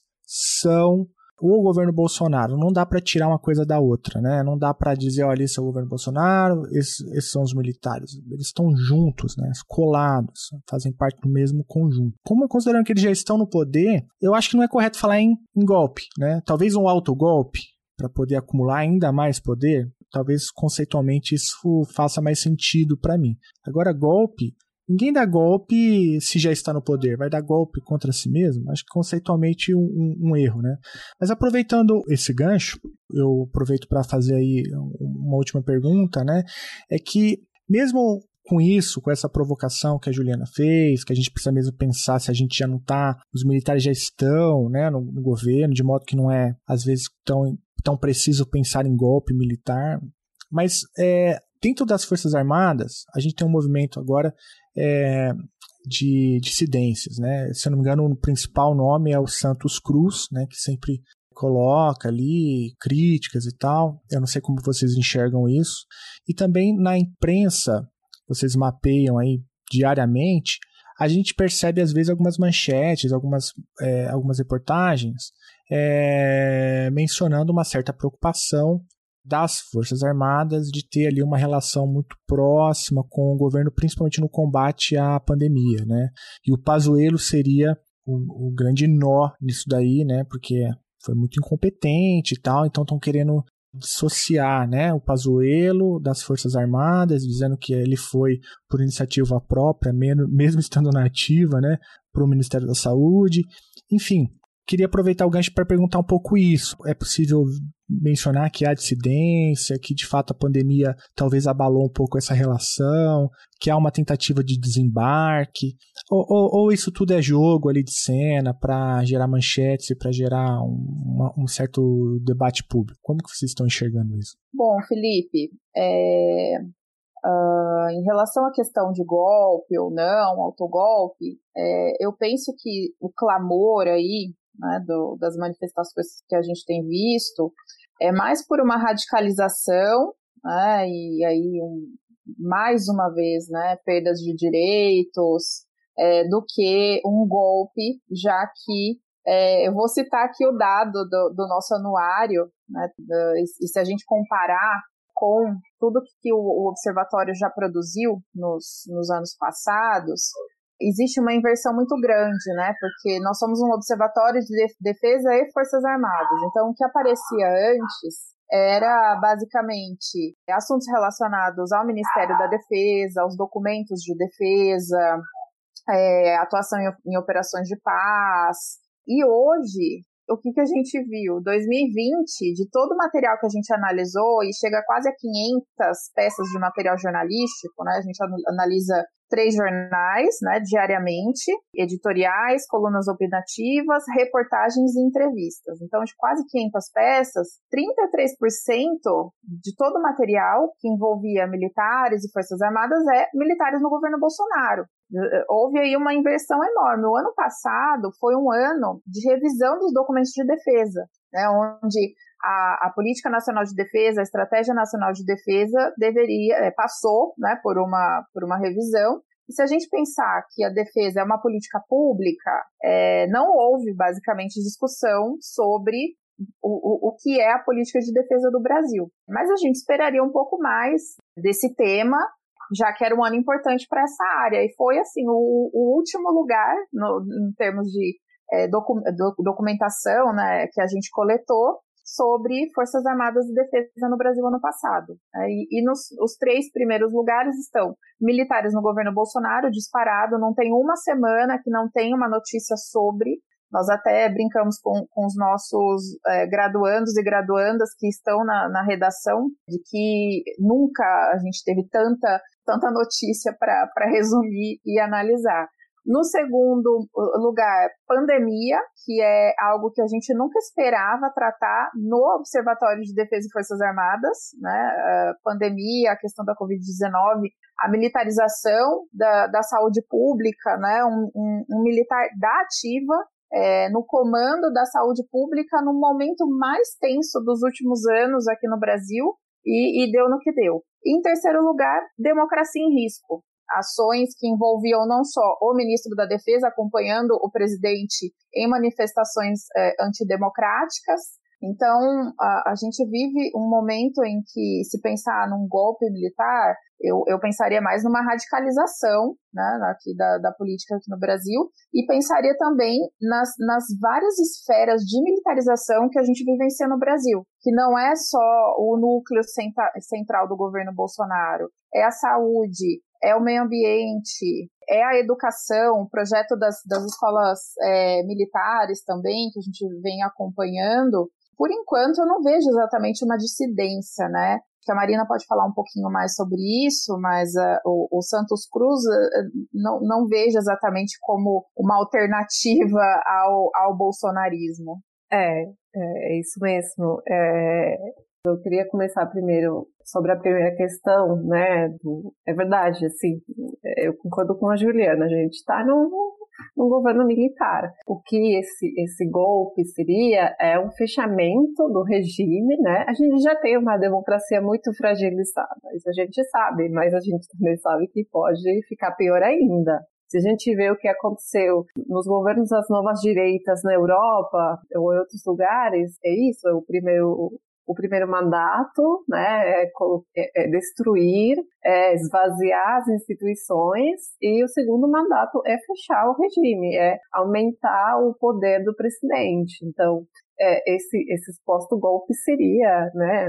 são o governo Bolsonaro, não dá para tirar uma coisa da outra, né, não dá para dizer, olha, esse é o governo Bolsonaro, esses, esses são os militares, eles estão juntos, né, colados, fazem parte do mesmo conjunto. Como considerando que eles já estão no poder, eu acho que não é correto falar em, em golpe, né, talvez um autogolpe, para poder acumular ainda mais poder, talvez conceitualmente isso faça mais sentido para mim. Agora, golpe, ninguém dá golpe se já está no poder, vai dar golpe contra si mesmo? Acho que conceitualmente um, um, um erro, né? Mas aproveitando esse gancho, eu aproveito para fazer aí uma última pergunta, né? É que mesmo com isso, com essa provocação que a Juliana fez, que a gente precisa mesmo pensar se a gente já não está, os militares já estão, né, no, no governo, de modo que não é, às vezes, tão, tão preciso pensar em golpe militar, mas é, dentro das Forças Armadas, a gente tem um movimento agora é, de dissidências, né, se eu não me engano, o principal nome é o Santos Cruz, né, que sempre coloca ali críticas e tal, eu não sei como vocês enxergam isso, e também na imprensa, vocês mapeiam aí diariamente, a gente percebe às vezes algumas manchetes, algumas, é, algumas reportagens é, mencionando uma certa preocupação das Forças Armadas de ter ali uma relação muito próxima com o governo, principalmente no combate à pandemia, né? E o Pazuello seria o, o grande nó nisso daí, né? Porque foi muito incompetente e tal, então estão querendo dissociar, né, o Pazuello das Forças Armadas, dizendo que ele foi por iniciativa própria, mesmo estando na ativa, né, para o Ministério da Saúde. Enfim, queria aproveitar o gancho para perguntar um pouco isso. É possível mencionar que há dissidência, que de fato a pandemia talvez abalou um pouco essa relação, que há uma tentativa de desembarque, ou, ou, ou isso tudo é jogo ali de cena para gerar manchetes e para gerar um, um certo debate público? Como que vocês estão enxergando isso? Bom, Felipe, é, uh, em relação à questão de golpe ou não, autogolpe, é, eu penso que o clamor aí, né, do, das manifestações que a gente tem visto, é mais por uma radicalização, né, e aí um, mais uma vez, né, perdas de direitos, é, do que um golpe, já que é, eu vou citar aqui o dado do, do nosso anuário, né, do, e se a gente comparar com tudo que o, o Observatório já produziu nos, nos anos passados, existe uma inversão muito grande, né? Porque nós somos um observatório de defesa e forças armadas. Então, o que aparecia antes era, basicamente, assuntos relacionados ao Ministério da Defesa, aos documentos de defesa, é, atuação em, em operações de paz. E hoje, o que, que a gente viu? dois mil e vinte, de todo o material que a gente analisou, e chega quase a quinhentas peças de material jornalístico, né? A gente analisa três jornais, né, diariamente, editoriais, colunas opinativas, reportagens e entrevistas. Então, de quase quinhentas peças, trinta e três por cento de todo o material que envolvia militares e forças armadas é militares no governo Bolsonaro. Houve aí uma inversão enorme. O ano passado foi um ano de revisão dos documentos de defesa, né, onde a, a Política Nacional de Defesa, a Estratégia Nacional de Defesa deveria, é, passou, né, por uma, por uma revisão. E se a gente pensar que a defesa é uma política pública, é, não houve basicamente discussão sobre o, o, o que é a política de defesa do Brasil. Mas a gente esperaria um pouco mais desse tema, já que era um ano importante para essa área. E foi, assim, o, o último lugar, no, em termos de é, docu, do, documentação, né, que a gente coletou sobre Forças Armadas e Defesa no Brasil ano passado. E, e nos os três primeiros lugares estão militares no governo Bolsonaro, disparado, não tem uma semana que não tem uma notícia sobre. Nós até brincamos com, com os nossos é, graduandos e graduandas que estão na, na redação, de que nunca a gente teve tanta, tanta notícia para resumir e analisar. No segundo lugar, pandemia, que é algo que a gente nunca esperava tratar no Observatório de Defesa e Forças Armadas, né? A pandemia, a questão da covid dezenove, a militarização da, da saúde pública, né? Um, um, um militar da ativa, é, no comando da saúde pública no momento mais tenso dos últimos anos aqui no Brasil, e, e deu no que deu. E, em terceiro lugar, democracia em risco. Ações que envolviam não só o ministro da Defesa acompanhando o presidente em manifestações é, antidemocráticas. Então, a, a gente vive um momento em que, se pensar num golpe militar, eu, eu pensaria mais numa radicalização, né, aqui da, da política aqui no Brasil, e pensaria também nas, nas várias esferas de militarização que a gente vivencia no Brasil, que não é só o núcleo centra, central do governo Bolsonaro, é a saúde, é o meio ambiente, é a educação, o projeto das, das escolas é, militares também, que a gente vem acompanhando. Por enquanto, eu não vejo exatamente uma dissidência, né? Que a Marina pode falar um pouquinho mais sobre isso, mas uh, o, o Santos Cruz uh, não, não vejo exatamente como uma alternativa ao, ao bolsonarismo. É, é isso mesmo. É... Eu queria começar primeiro sobre a primeira questão, né, do, é verdade, assim, eu concordo com a Juliana, a gente está num, num governo militar. O que esse, esse golpe seria é um fechamento do regime, né, a gente já tem uma democracia muito fragilizada, isso a gente sabe, mas a gente também sabe que pode ficar pior ainda. Se a gente vê o que aconteceu nos governos das novas direitas na Europa ou em outros lugares, é isso, é o primeiro... O primeiro mandato, né, é, é destruir, é esvaziar as instituições, e o segundo mandato é fechar o regime, é aumentar o poder do presidente. Então, é, esse, esse suposto golpe seria, né,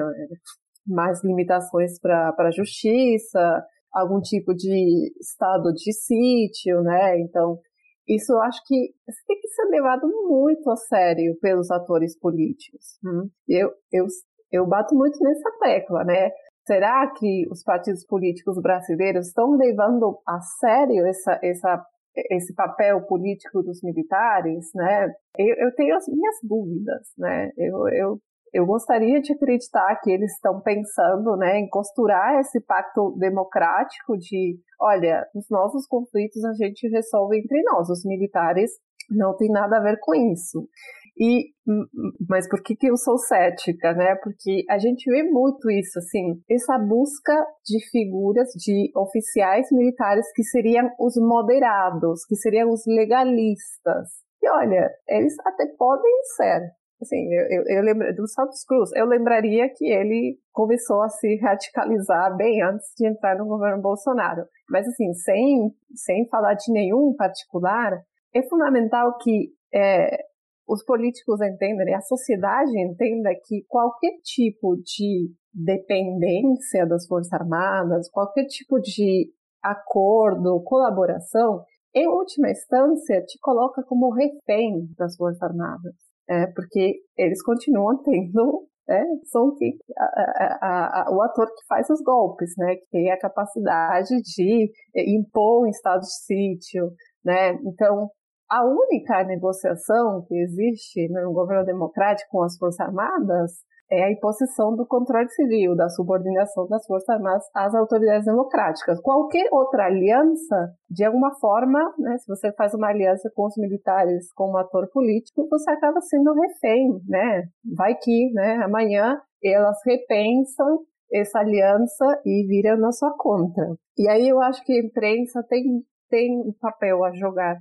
mais limitações para a justiça, algum tipo de estado de sítio, né, então isso eu acho que tem que ser levado muito a sério pelos atores políticos. Hum? Eu, eu, eu bato muito nessa tecla, né? Será que os partidos políticos brasileiros estão levando a sério essa, essa, esse papel político dos militares, né? Eu, eu tenho as minhas dúvidas, né? Eu, eu, eu gostaria de acreditar que eles estão pensando, né, em costurar esse pacto democrático de, olha, os nossos conflitos a gente resolve entre nós, os militares não tem nada a ver com isso. E, mas por que que eu sou cética, né? Porque a gente vê muito isso, assim, essa busca de figuras de oficiais militares que seriam os moderados, que seriam os legalistas. E olha, eles até podem ser. Assim, eu, eu, eu lembro do Santos Cruz, eu lembraria que ele começou a se radicalizar bem antes de entrar no governo Bolsonaro. Mas assim, sem, sem falar de nenhum particular, é fundamental que é, os políticos entendam, a sociedade entenda que qualquer tipo de dependência das Forças Armadas, qualquer tipo de acordo, colaboração, em última instância, te coloca como refém das Forças Armadas. É, porque eles continuam tendo, né, são que, a, a, a, o ator que faz os golpes, né, que tem a capacidade de impor um estado de sítio, né, então a única negociação que existe no governo democrático com as Forças Armadas é a imposição do controle civil, da subordinação das Forças Armadas às autoridades democráticas. Qualquer outra aliança, de alguma forma, né, se você faz uma aliança com os militares como ator político, você acaba sendo refém, né? Vai que, né, amanhã elas repensam essa aliança e viram na sua contra. E aí eu acho que a imprensa tem, tem um papel a jogar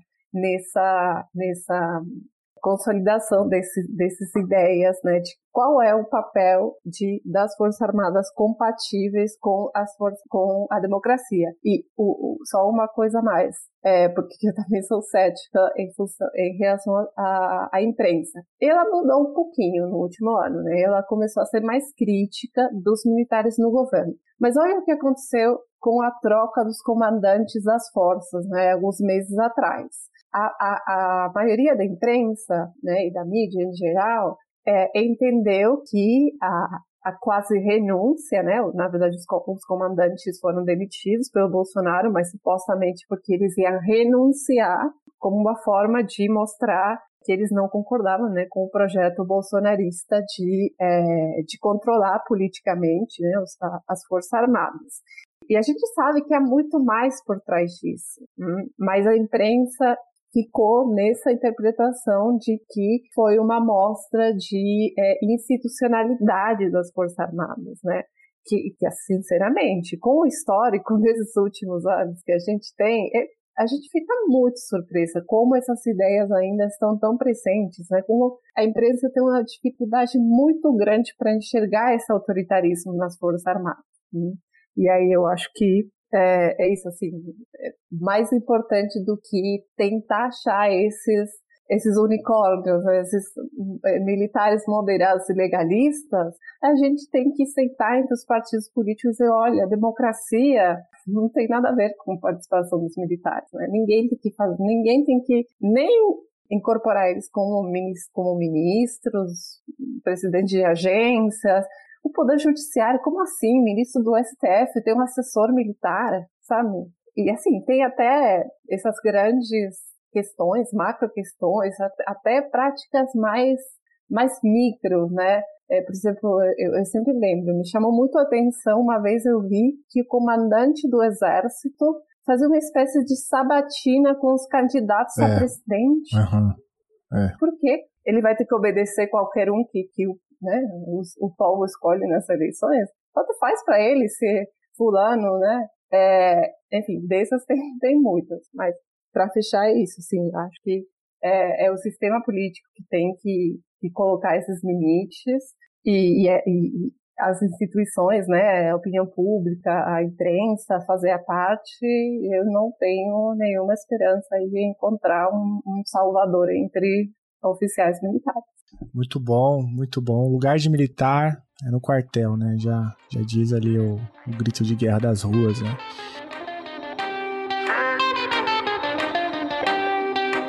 nessa, nessa consolidação desse, dessas ideias, né, de qual é o papel de, das Forças Armadas compatíveis com, as for- com a democracia. E o, o, só uma coisa a mais, é, porque eu também sou cética em, função, em relação à, à imprensa. Ela mudou um pouquinho no último ano, né? Ela começou a ser mais crítica dos militares no governo. Mas olha o que aconteceu com a troca dos comandantes das forças, né, alguns meses atrás. A, a, a maioria da imprensa, né, e da mídia em geral, é, entendeu que a, a quase renúncia, né, na verdade os, os comandantes foram demitidos pelo Bolsonaro, mas supostamente porque eles iam renunciar como uma forma de mostrar que eles não concordavam, né, com o projeto bolsonarista de, é, de controlar politicamente, né, os, as Forças Armadas. E a gente sabe que há muito mais por trás disso, hum? Mas a imprensa ficou nessa interpretação de que foi uma amostra de é, institucionalidade das Forças Armadas, né? Que, que, sinceramente, com o histórico desses últimos anos que a gente tem, é, a gente fica muito surpresa como essas ideias ainda estão tão presentes, né? Como a imprensa tem uma dificuldade muito grande para enxergar esse autoritarismo nas Forças Armadas. Né? E aí eu acho que é, é isso, assim, é mais importante do que tentar achar esses, esses unicórnios, né, esses militares moderados e legalistas, a gente tem que sentar entre os partidos políticos e dizer, olha, a democracia não tem nada a ver com a participação dos militares, né? Ninguém tem que fazer, ninguém tem que nem incorporar eles como, como ministros, presidente de agências. O Poder Judiciário, como assim? Ministro do S T F tem um assessor militar, sabe? E assim, tem até essas grandes questões, macro questões, até práticas mais, mais micro, né? É, por exemplo, eu, eu sempre lembro, me chamou muito a atenção, uma vez eu vi que o comandante do Exército fazia uma espécie de sabatina com os candidatos é. a presidente. Uhum. É. Por quê? Ele vai ter que obedecer qualquer um que, que o Né, o, o povo escolhe nas eleições, tanto faz para ele ser fulano, né? É, enfim, dessas tem, tem muitas, mas para fechar é isso, assim, acho que é, é o sistema político que tem que, que colocar esses limites e, e, e as instituições, né, a opinião pública, a imprensa, fazer a parte. Eu não tenho nenhuma esperança aí de encontrar um, um salvador entre oficiais militares. Muito bom, muito bom. O lugar de militar é no quartel, né? Já, já diz ali o, o grito de guerra das ruas, né?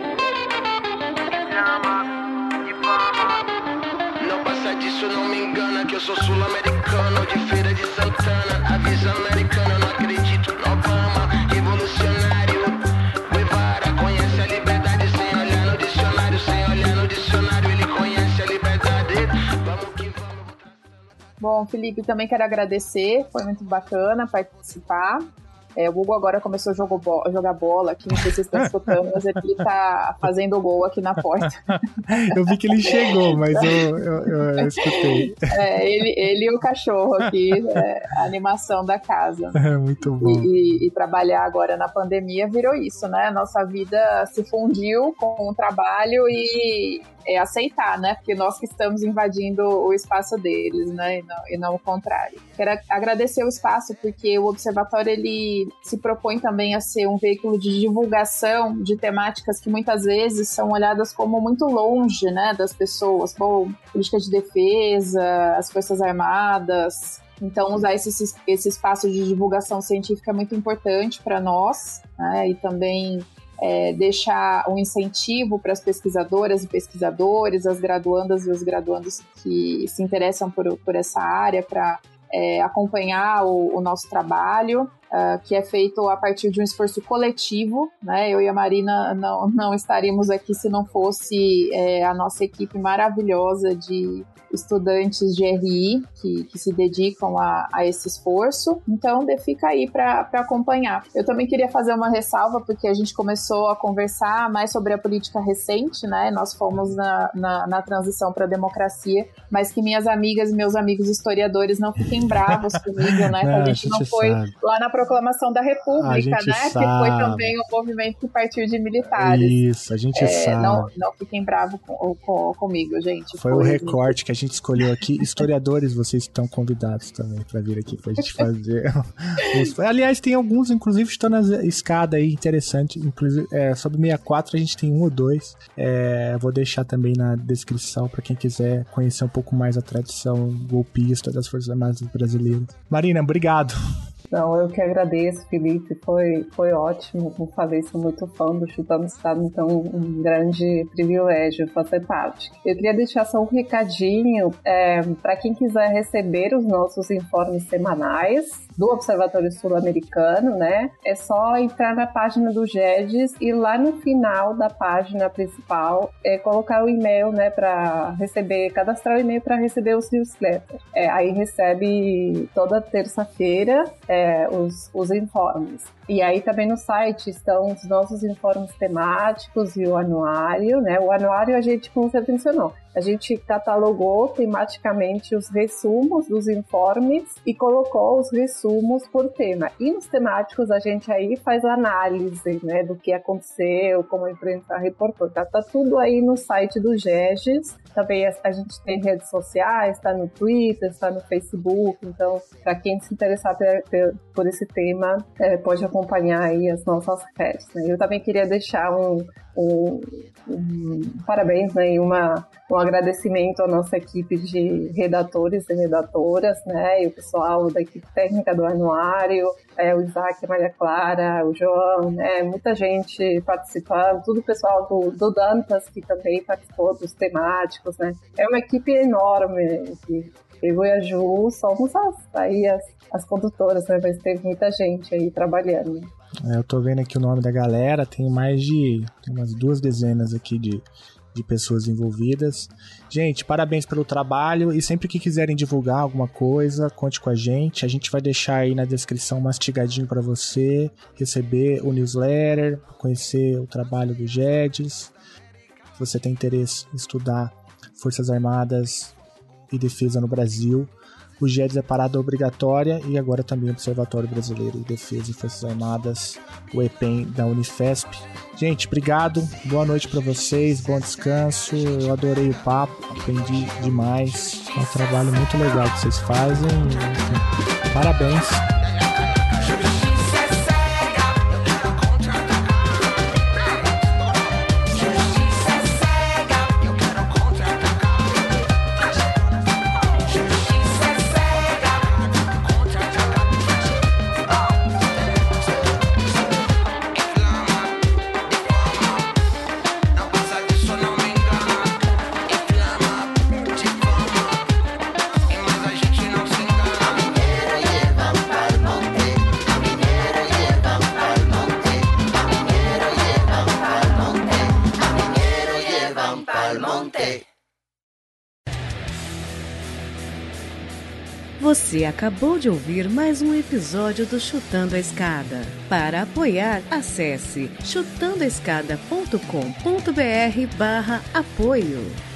sou sul-americano de Feira de Santana, avisa americano, não acredito no Obama, revolucionário. Guevara conhece a liberdade sem olhar no dicionário, sem olhar no dicionário, ele conhece a liberdade. Vamos que vamos. Bom, Felipe, também quero agradecer, foi muito bacana participar. É, o Hugo agora começou a jogar bola, jogar bola aqui, não sei se vocês estão escutando, mas ele tá fazendo gol aqui na porta. Eu vi que ele chegou, mas eu, eu, eu, eu escutei. É, ele, ele e o cachorro aqui, é, a animação da casa. É, muito bom. E, e, e trabalhar agora na pandemia virou isso, né? Nossa vida se fundiu com o trabalho e é, aceitar, né? Porque nós que estamos invadindo o espaço deles, né? E não, e não o contrário. Quero agradecer o espaço, porque o Observatório, ele se propõe também a ser um veículo de divulgação de temáticas que muitas vezes são olhadas como muito longe, né, das pessoas, como política de defesa, as Forças Armadas. Então, usar esse, esse espaço de divulgação científica é muito importante para nós, né, e também é, deixar um incentivo para as pesquisadoras e pesquisadores, as graduandas e os graduandos que se interessam por, por essa área, para É, acompanhar o, o nosso trabalho, uh, que é feito a partir de um esforço coletivo, né? Eu e a Marina não, não estaríamos aqui se não fosse é, a nossa equipe maravilhosa de estudantes de R I que, que se dedicam a, a esse esforço. Então, fica aí para acompanhar. Eu também queria fazer uma ressalva, porque a gente começou a conversar mais sobre a política recente, né? Nós fomos na, na, na transição para a democracia, mas que minhas amigas e meus amigos historiadores não fiquem bravos comigo, né? Não, que a gente, a gente não foi sabe. lá na proclamação da República, né? Sabe. Que foi também um movimento que partiu de militares. Isso, a gente é, sabe. Não, não fiquem bravos com, com, comigo, gente. Foi, foi o recorte que a gente escolheu aqui. Historiadores, vocês estão convidados também para vir aqui pra gente fazer. Aliás, tem alguns, inclusive, estão na escada aí, interessante. Inclusive, é, sobre sessenta e quatro a gente tem um ou dois. É, vou deixar também na descrição para quem quiser conhecer um pouco mais a tradição golpista das Forças Armadas brasileiras. Marina, obrigado. Não, eu que agradeço, Felipe, foi, foi ótimo, como falei, sou muito fã do Chutando Estado, então um grande privilégio fazer parte. Eu queria deixar só um recadinho é, para quem quiser receber os nossos informes semanais do Observatório Sul-Americano, né? É só entrar na página do GEDES e lá no final da página principal é colocar o e-mail, né, para receber, cadastrar o e-mail para receber os newsletters. É, aí recebe toda terça-feira é, os, os informes. E aí também no site estão os nossos informes temáticos e o anuário, né? O anuário a gente, como você mencionou, a gente catalogou tematicamente os resumos dos informes e colocou os resumos por tema. E nos temáticos a gente aí faz análise, né, do que aconteceu, como a imprensa reportou. Tá, tá tudo aí no site do GEDES. Também a, a gente tem redes sociais, está no Twitter, está no Facebook. Então, para quem se interessar por, por esse tema, é, pode acompanhar aí as nossas redes, né? Eu também queria deixar um, um, um parabéns, né, e uma, um agradecimento à nossa equipe de redatores e redatoras, né, e o pessoal da equipe técnica do anuário, é, o Isaac, a Maria Clara, o João, né, muita gente participando, tudo o pessoal do, do Dantas que também participou dos temáticos, né. É uma equipe enorme, que eu e a Ju somos as, aí as, as condutoras, né, mas tem muita gente aí trabalhando. É, eu tô vendo aqui o nome da galera, tem mais de tem umas duas dezenas aqui de, de pessoas envolvidas. Gente, parabéns pelo trabalho e sempre que quiserem divulgar alguma coisa, conte com a gente. A gente vai deixar aí na descrição mastigadinho para você receber o newsletter, conhecer o trabalho do GEDES. Se você tem interesse em estudar Forças Armadas e Defesa no Brasil, o GEDES é parada obrigatória e agora também o Observatório Brasileiro de Defesa e Forças Armadas, o E P E M da Unifesp. Gente, obrigado, boa noite para vocês, bom descanso, eu adorei o papo, aprendi demais, é um trabalho muito legal que vocês fazem, parabéns. Mas a pa'l monte. Você acabou de ouvir mais um episódio do Chutando a Escada. Para apoiar, acesse chutando a escada ponto com ponto br barra apoio.